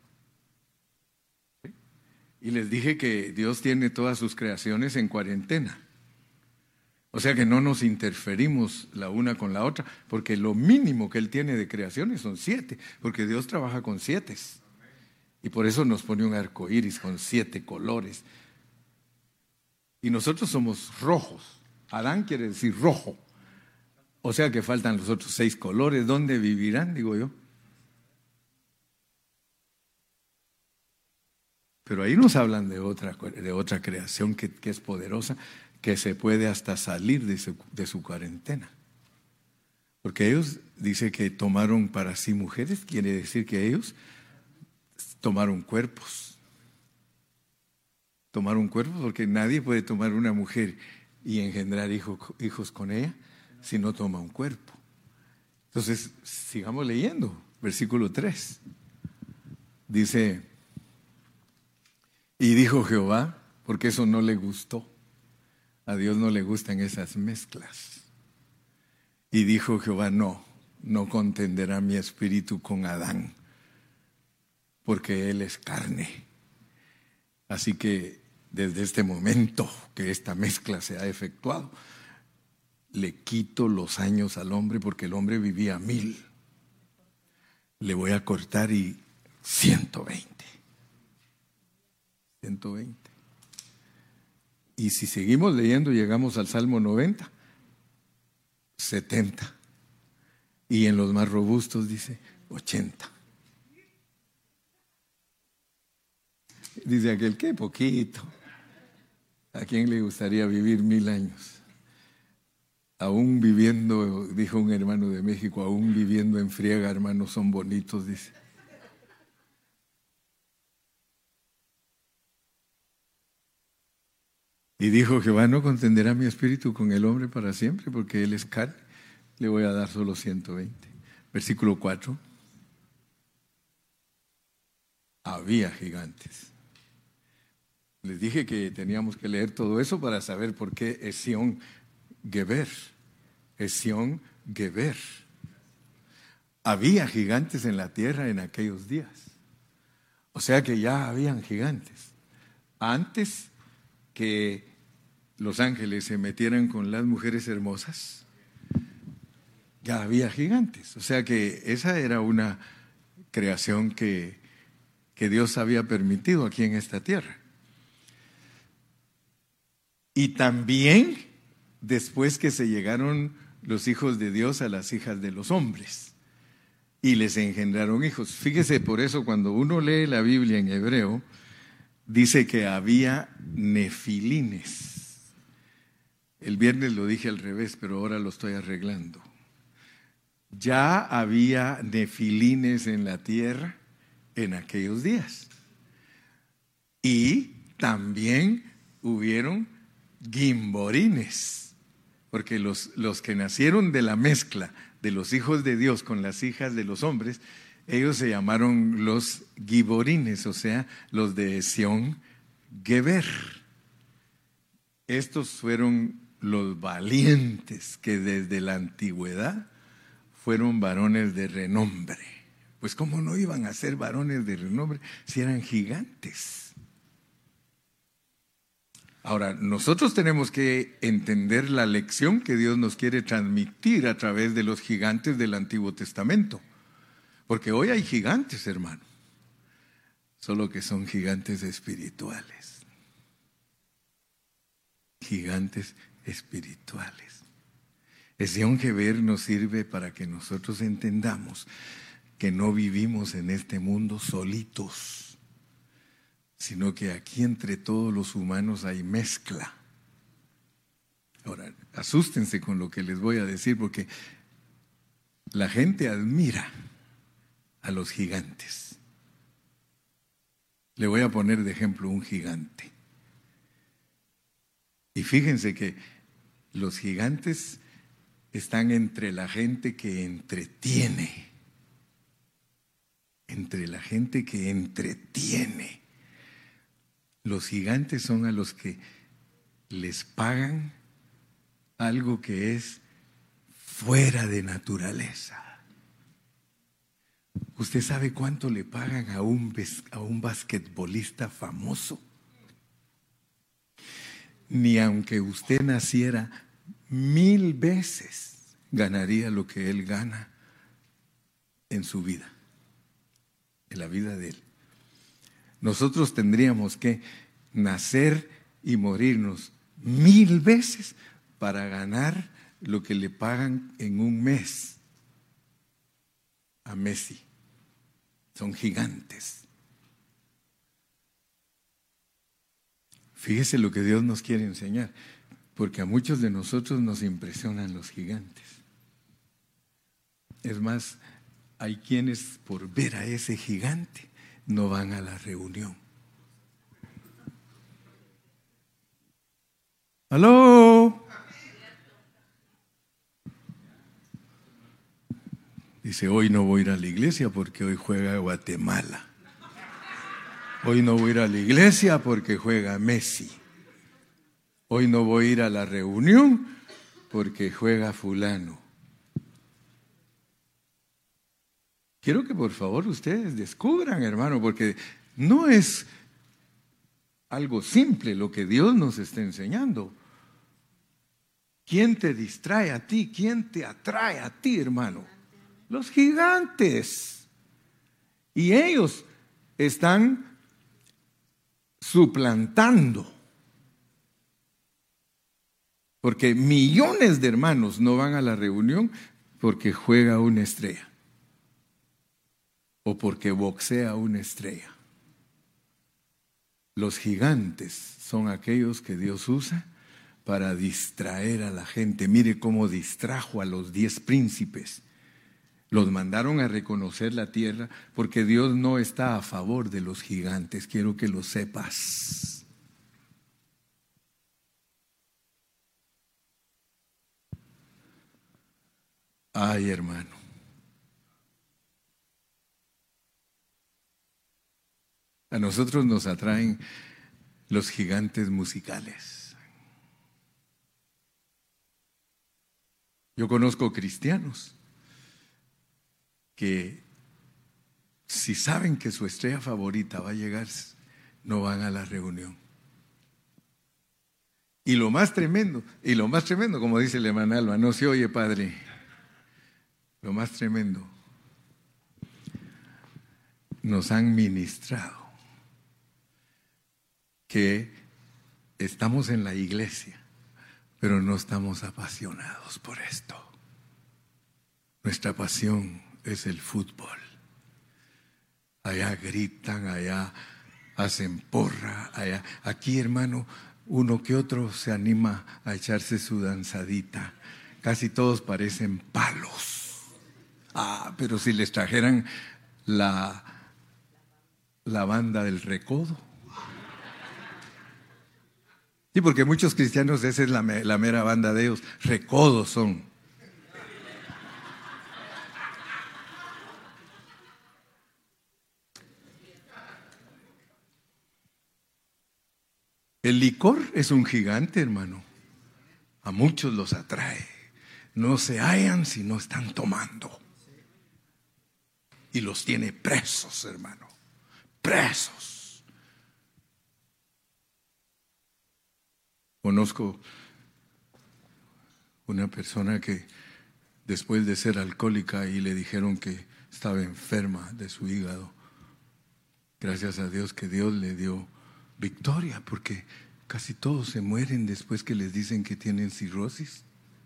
[SPEAKER 1] ¿Sí? Y les dije que Dios tiene todas sus creaciones en cuarentena. O sea que no nos interferimos la una con la otra, porque lo mínimo que Él tiene de creaciones son 7, porque Dios trabaja con 7. Y por eso nos pone un arco iris con 7 colores. Y nosotros somos rojos. Adán quiere decir rojo. O sea que faltan los otros 6 colores. ¿Dónde vivirán? Digo yo. Pero ahí nos hablan de otra creación que es poderosa, que se puede hasta salir de su cuarentena. Porque ellos, dice que tomaron para sí mujeres, quiere decir que ellos tomaron cuerpos. Tomaron cuerpos porque nadie puede tomar una mujer y engendrar hijos con ella si no toma un cuerpo. Entonces, sigamos leyendo, versículo 3. Dice, y dijo Jehová, porque eso no le gustó. A Dios no le gustan esas mezclas. Y dijo Jehová, no contenderá mi espíritu con Adán, porque él es carne. Así que desde este momento que esta mezcla se ha efectuado, le quito los años al hombre, porque el hombre vivía 1000. Le voy a cortar y 120. 120. Y si seguimos leyendo, llegamos al Salmo 90, 70. Y en los más robustos dice 80. Dice aquel, qué poquito. ¿A quién le gustaría vivir 1000 años? Aún viviendo, dijo un hermano de México, aún viviendo en friega, hermanos, son bonitos, dice. Y dijo Jehová, no contenderá mi espíritu con el hombre para siempre, porque él es carne. Le voy a dar solo 120. Versículo 4. Había gigantes. Les dije que teníamos que leer todo eso para saber por qué Esión Geber. Esión Geber. Había gigantes en la tierra en aquellos días. O sea que ya habían gigantes. Antes que los ángeles se metieran con las mujeres hermosas, ya había gigantes. O sea que esa era una creación que Dios había permitido aquí en esta tierra. Y también después que se llegaron los hijos de Dios a las hijas de los hombres y les engendraron hijos. Fíjese, por eso cuando uno lee la Biblia en hebreo, dice que había nefilines. El viernes lo dije al revés, pero ahora lo estoy arreglando. Ya había nefilines en la tierra en aquellos días. Y también hubieron gimborines, porque los que nacieron de la mezcla de los hijos de Dios con las hijas de los hombres, ellos se llamaron los giborines, o sea, los de Esión Geber. Estos fueron los valientes que desde la antigüedad fueron varones de renombre. Pues ¿cómo no iban a ser varones de renombre si eran gigantes? Ahora, nosotros tenemos que entender la lección que Dios nos quiere transmitir a través de los gigantes del Antiguo Testamento. Porque hoy hay gigantes, hermano, solo que son gigantes espirituales. Gigantes espirituales. Ese ver nos sirve para que nosotros entendamos que no vivimos en este mundo solitos, sino que aquí entre todos los humanos hay mezcla. Ahora, asústense con lo que les voy a decir, porque la gente admira a los gigantes. Le voy a poner de ejemplo un gigante. Y fíjense que los gigantes están entre la gente que entretiene. Entre la gente que entretiene. Los gigantes son a los que les pagan algo que es fuera de naturaleza. ¿Usted sabe cuánto le pagan a un basquetbolista famoso? Ni aunque usted naciera 1000 veces, ganaría lo que él gana en su vida, en la vida de él. Nosotros tendríamos que nacer y morirnos 1000 veces para ganar lo que le pagan en un mes a Messi. Son gigantes. Fíjese lo que Dios nos quiere enseñar, porque a muchos de nosotros nos impresionan los gigantes. Es más, hay quienes por ver a ese gigante no van a la reunión. ¡Aló! Dice, hoy no voy a ir a la iglesia porque hoy juega Guatemala. Hoy no voy a ir a la iglesia porque juega Messi. Hoy no voy a ir a la reunión porque juega fulano. Quiero que por favor ustedes descubran, hermano, porque no es algo simple lo que Dios nos está enseñando. ¿Quién te distrae a ti? ¿Quién te atrae a ti, hermano? Los gigantes. Y ellos están suplantando. Porque millones de hermanos no van a la reunión porque juega una estrella. O porque boxea una estrella. Los gigantes son aquellos que Dios usa para distraer a la gente. Mire cómo distrajo a los 10 príncipes. Los mandaron a reconocer la tierra porque Dios no está a favor de los gigantes. Quiero que lo sepas. Ay, hermano. A nosotros nos atraen los gigantes musicales. Yo conozco cristianos que si saben que su estrella favorita va a llegar, no van a la reunión. Y lo más tremendo, como dice el hermano Alba, no se oye, padre. Lo más tremendo, nos han ministrado que estamos en la iglesia, pero no estamos apasionados por esto. Nuestra pasión es el fútbol. Allá gritan, allá hacen porra, allá. Aquí, hermano, uno que otro se anima a echarse su danzadita. Casi todos parecen palos. Pero si les trajeran la banda del recodo. Sí, porque muchos cristianos, esa es la mera banda de ellos. Recodos son. El licor es un gigante, hermano. A muchos los atrae. No se hallan si no están tomando. Y los tiene presos, hermano. Presos. Conozco una persona que después de ser alcohólica y le dijeron que estaba enferma de su hígado. Gracias a Dios que Dios le dio victoria, porque casi todos se mueren después que les dicen que tienen cirrosis.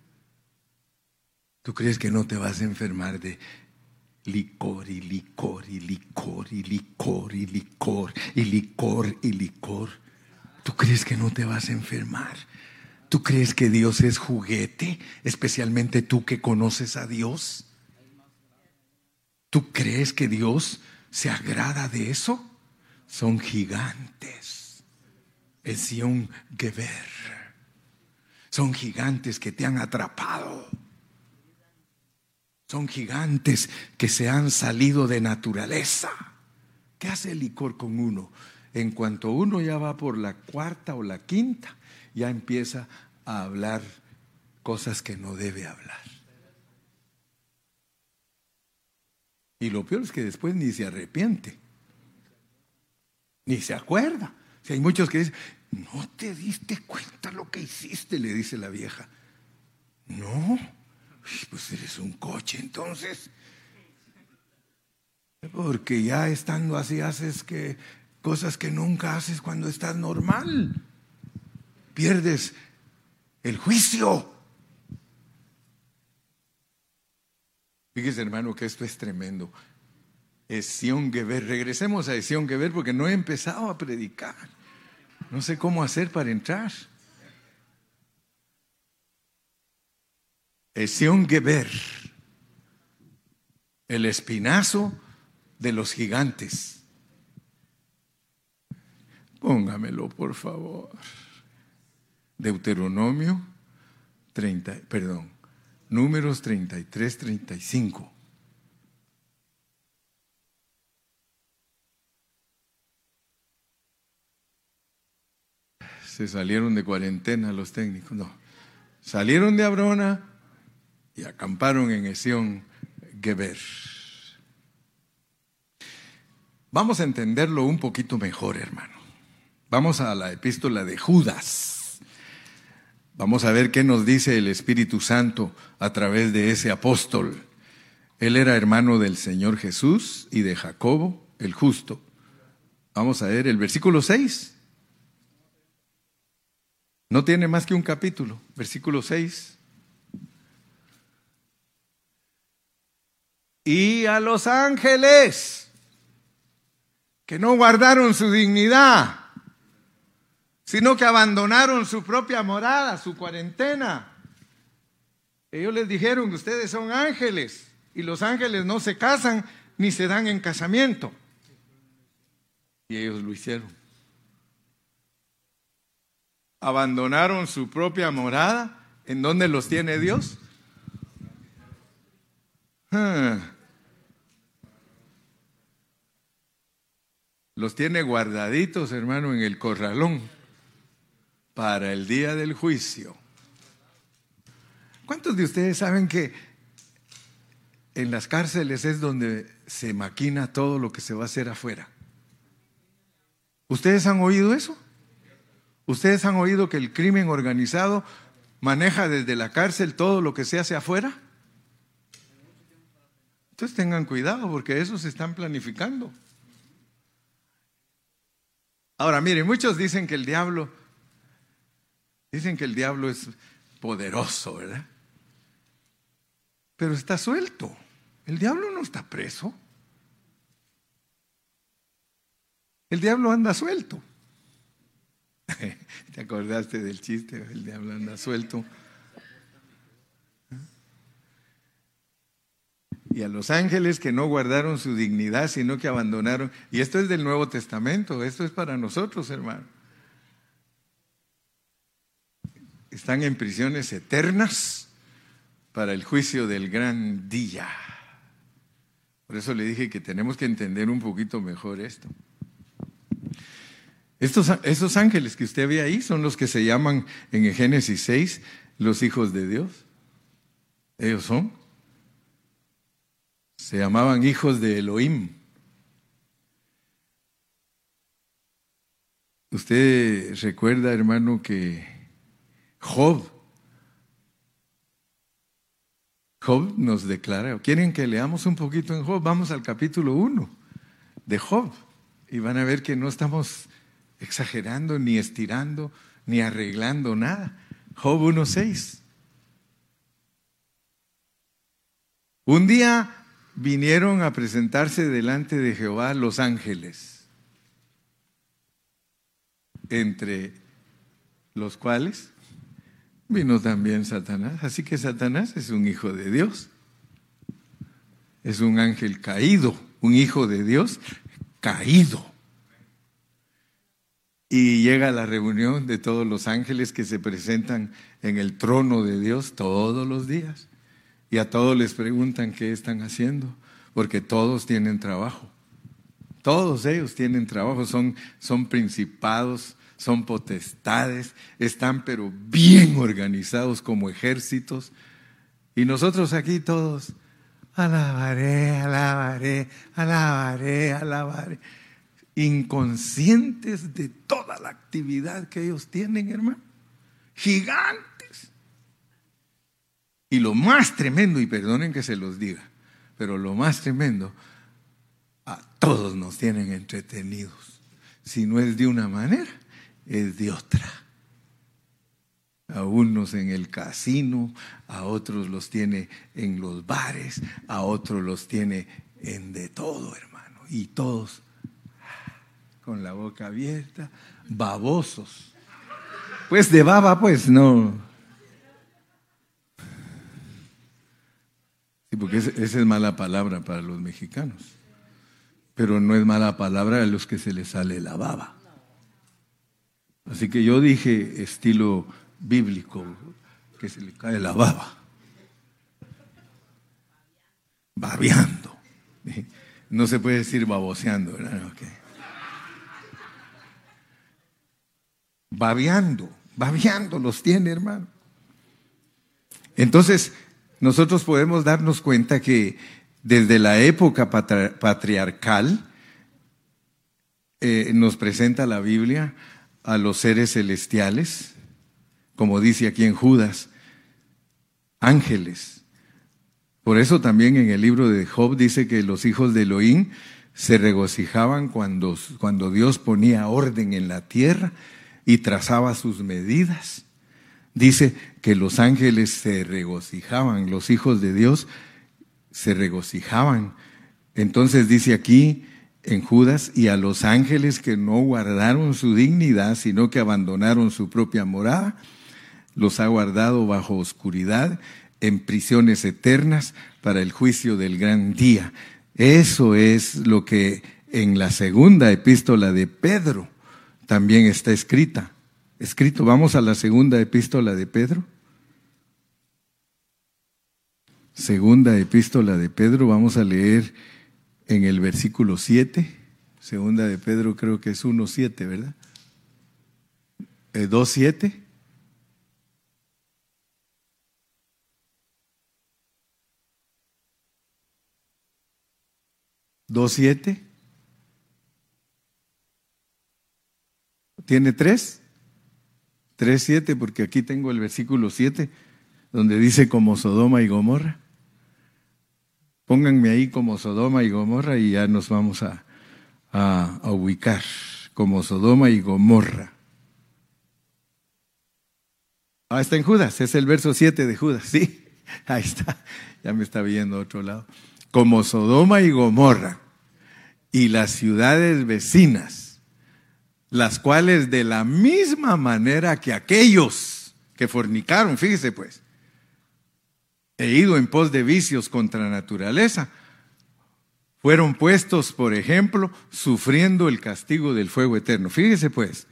[SPEAKER 1] ¿Tú crees que no te vas a enfermar de licor y licor y licor y licor y licor y licor y licor? ¿Tú crees que no te vas a enfermar? ¿Tú crees que Dios es juguete? Especialmente tú que conoces a Dios. ¿Tú crees que Dios se agrada de eso? Son gigantes. Ezion Geber. Son gigantes que te han atrapado. Son gigantes que se han salido de naturaleza. ¿Qué hace el licor con uno? En cuanto uno ya va por la cuarta o la quinta, ya empieza a hablar cosas que no debe hablar. Y lo peor es que después ni se arrepiente, ni se acuerda. Si hay muchos que dicen, no te diste cuenta lo que hiciste, le dice la vieja. No, pues eres un coche entonces. Porque ya estando así haces cosas que nunca haces cuando estás normal. Pierdes el juicio. Fíjese, hermano, que esto es tremendo. Ezion Geber. Regresemos a Ezion Geber porque no he empezado a predicar. No sé cómo hacer para entrar. Ezion Geber. El espinazo de los gigantes. Póngamelo, por favor. Deuteronomio 30, Números 33, 35. Se salieron de cuarentena los técnicos, no. Salieron de Abrona y acamparon en Ezion Geber. Vamos a entenderlo un poquito mejor, hermano. Vamos a la epístola de Judas. Vamos a ver qué nos dice el Espíritu Santo a través de ese apóstol. Él era hermano del Señor Jesús y de Jacobo, el justo. Vamos a ver el versículo 6. No tiene más que un capítulo. Versículo 6. Y a los ángeles que no guardaron su dignidad, sino que abandonaron su propia morada, su cuarentena. Ellos les dijeron que ustedes son ángeles y los ángeles no se casan ni se dan en casamiento. Y ellos lo hicieron. Abandonaron su propia morada. ¿En dónde los tiene Dios? Los tiene guardaditos, hermano, en el corralón para el día del juicio. ¿Cuántos de ustedes saben que en las cárceles es donde se maquina todo lo que se va a hacer afuera? ¿Ustedes han oído eso? ¿Ustedes han oído que el crimen organizado maneja desde la cárcel todo lo que se hace afuera? Entonces tengan cuidado porque eso se están planificando. Ahora, miren, muchos dicen que el diablo es poderoso, ¿verdad? Pero está suelto. El diablo no está preso. El diablo anda suelto. ¿Te acordaste del chiste? El diablo anda suelto. Y a los ángeles que no guardaron su dignidad, sino que abandonaron. Y esto es del Nuevo Testamento, esto es para nosotros, hermano. Están en prisiones eternas para el juicio del gran día. Por eso le dije que tenemos que entender un poquito mejor esto. Esos ángeles que usted ve ahí son los que se llaman en Génesis 6 los hijos de Dios. Ellos se llamaban hijos de Elohim. Usted recuerda, hermano, que Job nos declara. ¿Quieren que leamos un poquito en Job? Vamos al capítulo 1 de Job y van a ver que no estamos exagerando, ni estirando, ni arreglando nada. Job 1:6. Un día vinieron a presentarse delante de Jehová los ángeles, entre los cuales vino también Satanás. Así que Satanás es un hijo de Dios. Es un ángel caído, un hijo de Dios caído. Y llega a la reunión de todos los ángeles que se presentan en el trono de Dios todos los días. Y a todos les preguntan qué están haciendo, porque todos tienen trabajo. Todos ellos tienen trabajo, son principados, son potestades, están pero bien organizados como ejércitos. Y nosotros aquí todos, alabaré, alabaré, alabaré, alabaré. Inconscientes de toda la actividad que ellos tienen, hermano. Gigantes. Y lo más tremendo, y perdonen que se los diga, pero lo más tremendo, a todos nos tienen entretenidos. Si no es de una manera, es de otra. A unos en el casino, a otros los tiene en los bares, a otros los tiene en de todo, hermano. Y todos con la boca abierta, babosos. Pues de baba, pues no. Sí, porque esa es mala palabra para los mexicanos. Pero no es mala palabra a los que se les sale la baba. Así que yo dije estilo bíblico, que se le cae la baba. Babeando. No se puede decir baboseando, ¿verdad? Okay. Babeando los tiene, hermano. Entonces, nosotros podemos darnos cuenta que desde la época patriarcal nos presenta la Biblia a los seres celestiales, como dice aquí en Judas, ángeles. Por eso también en el libro de Job dice que los hijos de Elohim se regocijaban cuando Dios ponía orden en la tierra y trazaba sus medidas. Dice que los ángeles se regocijaban, los hijos de Dios se regocijaban. Entonces dice aquí en Judas, y a los ángeles que no guardaron su dignidad, sino que abandonaron su propia morada, los ha guardado bajo oscuridad, en prisiones eternas, para el juicio del gran día. Eso es lo que en la segunda epístola de Pedro también está escrito. Vamos a la segunda epístola de Pedro. Segunda epístola de Pedro, vamos a leer en el versículo 7. Segunda de Pedro creo que es 1:7, ¿verdad? 2:7. ¿2:7? ¿Tiene 3? 3:7, porque aquí tengo el versículo 7, donde dice como Sodoma y Gomorra. Pónganme ahí como Sodoma y Gomorra y ya nos vamos a ubicar como Sodoma y Gomorra. Está en Judas, es el verso 7 de Judas, sí, ahí está, ya me está viendo a otro lado. Como Sodoma y Gomorra y las ciudades vecinas, las cuales de la misma manera que aquellos que fornicaron, fíjese pues, he ido en pos de vicios contra naturaleza, fueron puestos, por ejemplo, sufriendo el castigo del fuego eterno. Fíjese pues,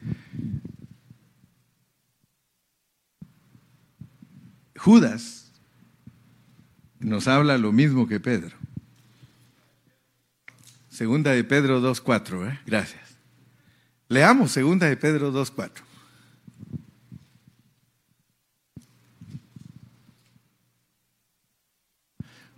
[SPEAKER 1] Judas nos habla lo mismo que Pedro. Segunda de Pedro 2:4, gracias. Leamos segunda de Pedro 2:4.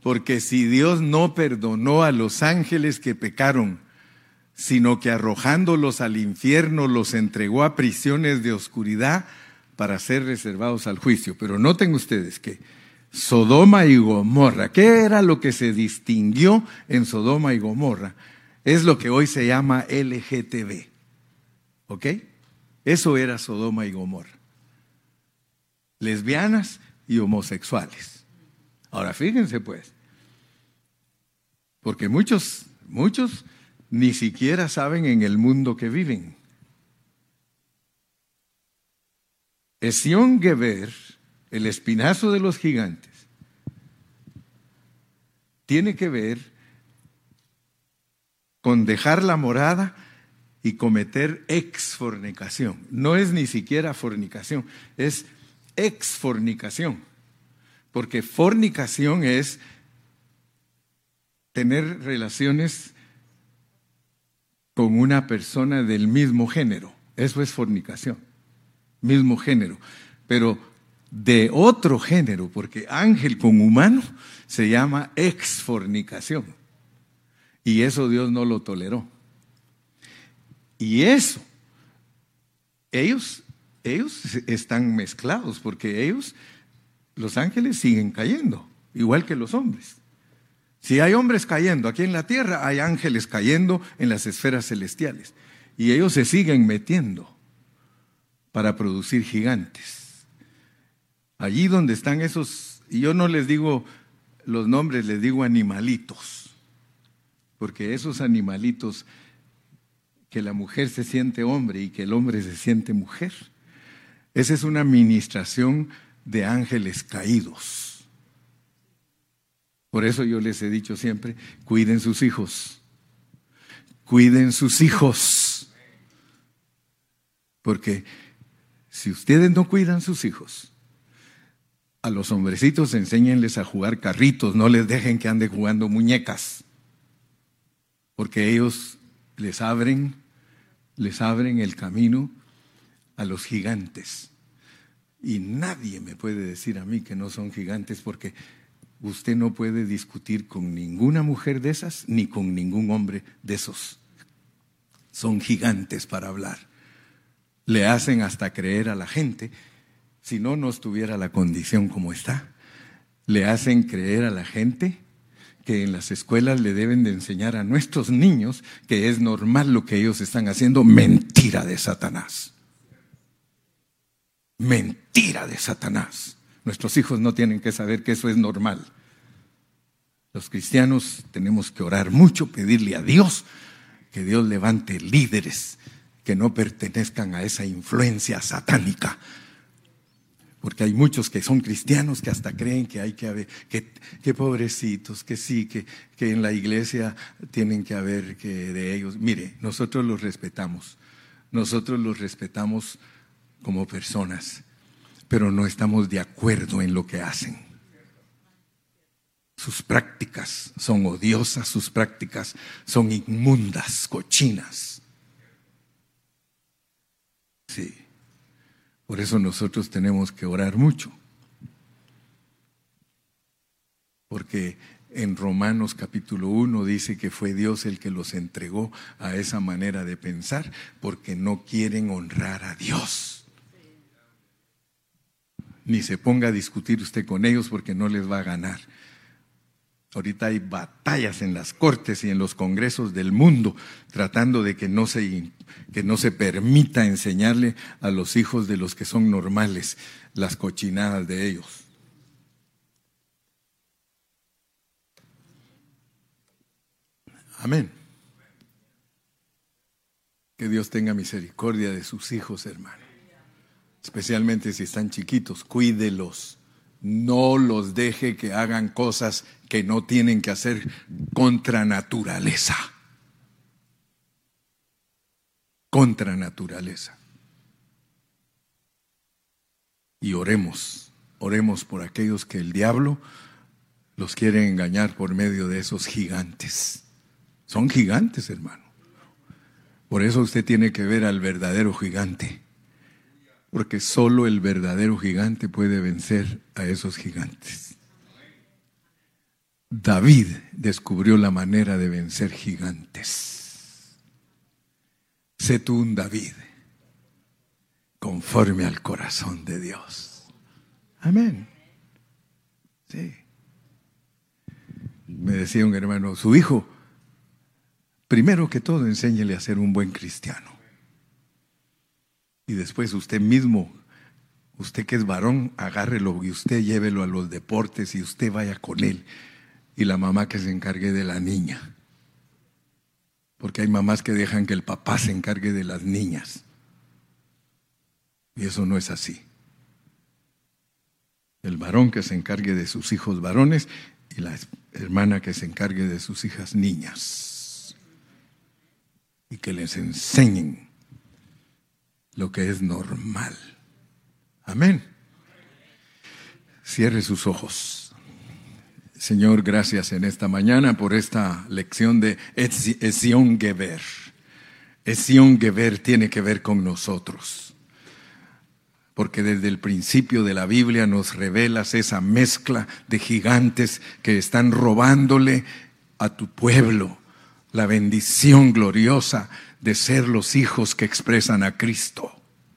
[SPEAKER 1] Porque si Dios no perdonó a los ángeles que pecaron, sino que arrojándolos al infierno los entregó a prisiones de oscuridad para ser reservados al juicio. Pero noten ustedes que Sodoma y Gomorra, ¿qué era lo que se distinguió en Sodoma y Gomorra? Es lo que hoy se llama LGTB. ¿Ok? Eso era Sodoma y Gomorra. Lesbianas y homosexuales. Ahora fíjense pues, porque muchos ni siquiera saben en el mundo que viven. Esión Geber, el espinazo de los gigantes, tiene que ver con dejar la morada y cometer exfornicación. No es ni siquiera fornicación, es exfornicación. Porque fornicación es tener relaciones con una persona del mismo género. Eso es fornicación, mismo género. Pero de otro género, porque ángel con humano se llama exfornicación. Y eso Dios no lo toleró. Y eso, ellos están mezclados, porque ellos, los ángeles, siguen cayendo, igual que los hombres. Si hay hombres cayendo aquí en la tierra, hay ángeles cayendo en las esferas celestiales. Y ellos se siguen metiendo para producir gigantes. Allí donde están esos, y yo no les digo los nombres, les digo animalitos. Porque esos animalitos, que la mujer se siente hombre y que el hombre se siente mujer, esa es una administración de ángeles caídos. Por eso yo les he dicho siempre, cuiden sus hijos. Cuiden sus hijos. Porque si ustedes no cuidan sus hijos, a los hombrecitos enséñenles a jugar carritos, no les dejen que ande jugando muñecas. Porque ellos les abren el camino a los gigantes. Y nadie me puede decir a mí que no son gigantes, porque usted no puede discutir con ninguna mujer de esas, ni con ningún hombre de esos. Son gigantes para hablar. Le hacen hasta creer a la gente, si no, no estuviera la condición como está. Le hacen creer a la gente que en las escuelas le deben de enseñar a nuestros niños que es normal lo que ellos están haciendo. Mentira de Satanás. Mentira de Satanás. Nuestros hijos no tienen que saber que eso es normal. Los cristianos tenemos que orar mucho, pedirle a Dios que Dios levante líderes que no pertenezcan a esa influencia satánica. Porque hay muchos que son cristianos que hasta creen que hay que haber, que pobrecitos, que sí, que en la iglesia tienen que haber que de ellos. Mire, nosotros los respetamos como personas, pero no estamos de acuerdo en lo que hacen. Sus prácticas son odiosas, sus prácticas son inmundas, cochinas. Sí. Por eso nosotros tenemos que orar mucho. Porque en Romanos capítulo 1 dice que fue Dios el que los entregó a esa manera de pensar, porque no quieren honrar a Dios. Ni se ponga a discutir usted con ellos, porque no les va a ganar. Ahorita hay batallas en las cortes y en los congresos del mundo tratando de que no se permita enseñarle a los hijos de los que son normales las cochinadas de ellos. Amén. Que Dios tenga misericordia de sus hijos, hermano. Especialmente si están chiquitos, cuídelos. No los deje que hagan cosas que no tienen que hacer contra naturaleza. Contra naturaleza. Y oremos por aquellos que el diablo los quiere engañar por medio de esos gigantes. Son gigantes, hermano. Por eso usted tiene que ver al verdadero gigante. Porque solo el verdadero gigante puede vencer a esos gigantes. David descubrió la manera de vencer gigantes. Sé tú un David conforme al corazón de Dios. Amén. Sí. Me decía un hermano, su hijo, primero que todo, enséñele a ser un buen cristiano. Y después usted mismo, usted que es varón, agárrelo y usted llévelo a los deportes y usted vaya con él. Y la mamá que se encargue de la niña. Porque hay mamás que dejan que el papá se encargue de las niñas. Y eso no es así. El varón que se encargue de sus hijos varones y la hermana que se encargue de sus hijas niñas. Y que les enseñen lo que es normal. Amén. Cierre sus ojos. Señor, gracias en esta mañana por esta lección de Ezion Geber. Ezion Geber tiene que ver con nosotros. Porque desde el principio de la Biblia nos revelas esa mezcla de gigantes que están robándole a tu pueblo la bendición gloriosa de ser los hijos que expresan a Cristo.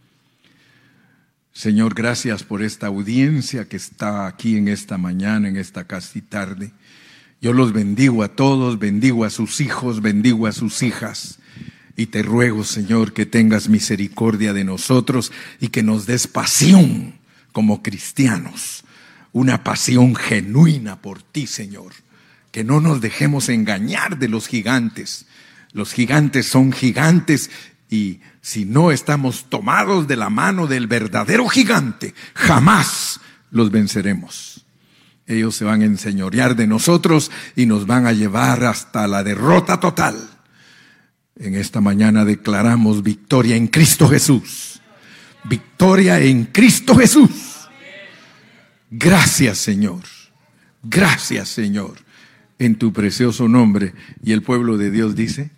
[SPEAKER 1] Señor, gracias por esta audiencia que está aquí en esta mañana, en esta casi tarde. Yo los bendigo a todos, bendigo a sus hijos, bendigo a sus hijas. Y te ruego, Señor, que tengas misericordia de nosotros y que nos des pasión como cristianos. Una pasión genuina por ti, Señor. Que no nos dejemos engañar de los gigantes. Los gigantes son gigantes y si no estamos tomados de la mano del verdadero gigante, jamás los venceremos. Ellos se van a enseñorear de nosotros y nos van a llevar hasta la derrota total. En esta mañana declaramos victoria en Cristo Jesús. Victoria en Cristo Jesús. Gracias, Señor. Gracias, Señor. En tu precioso nombre. Y el pueblo de Dios dice...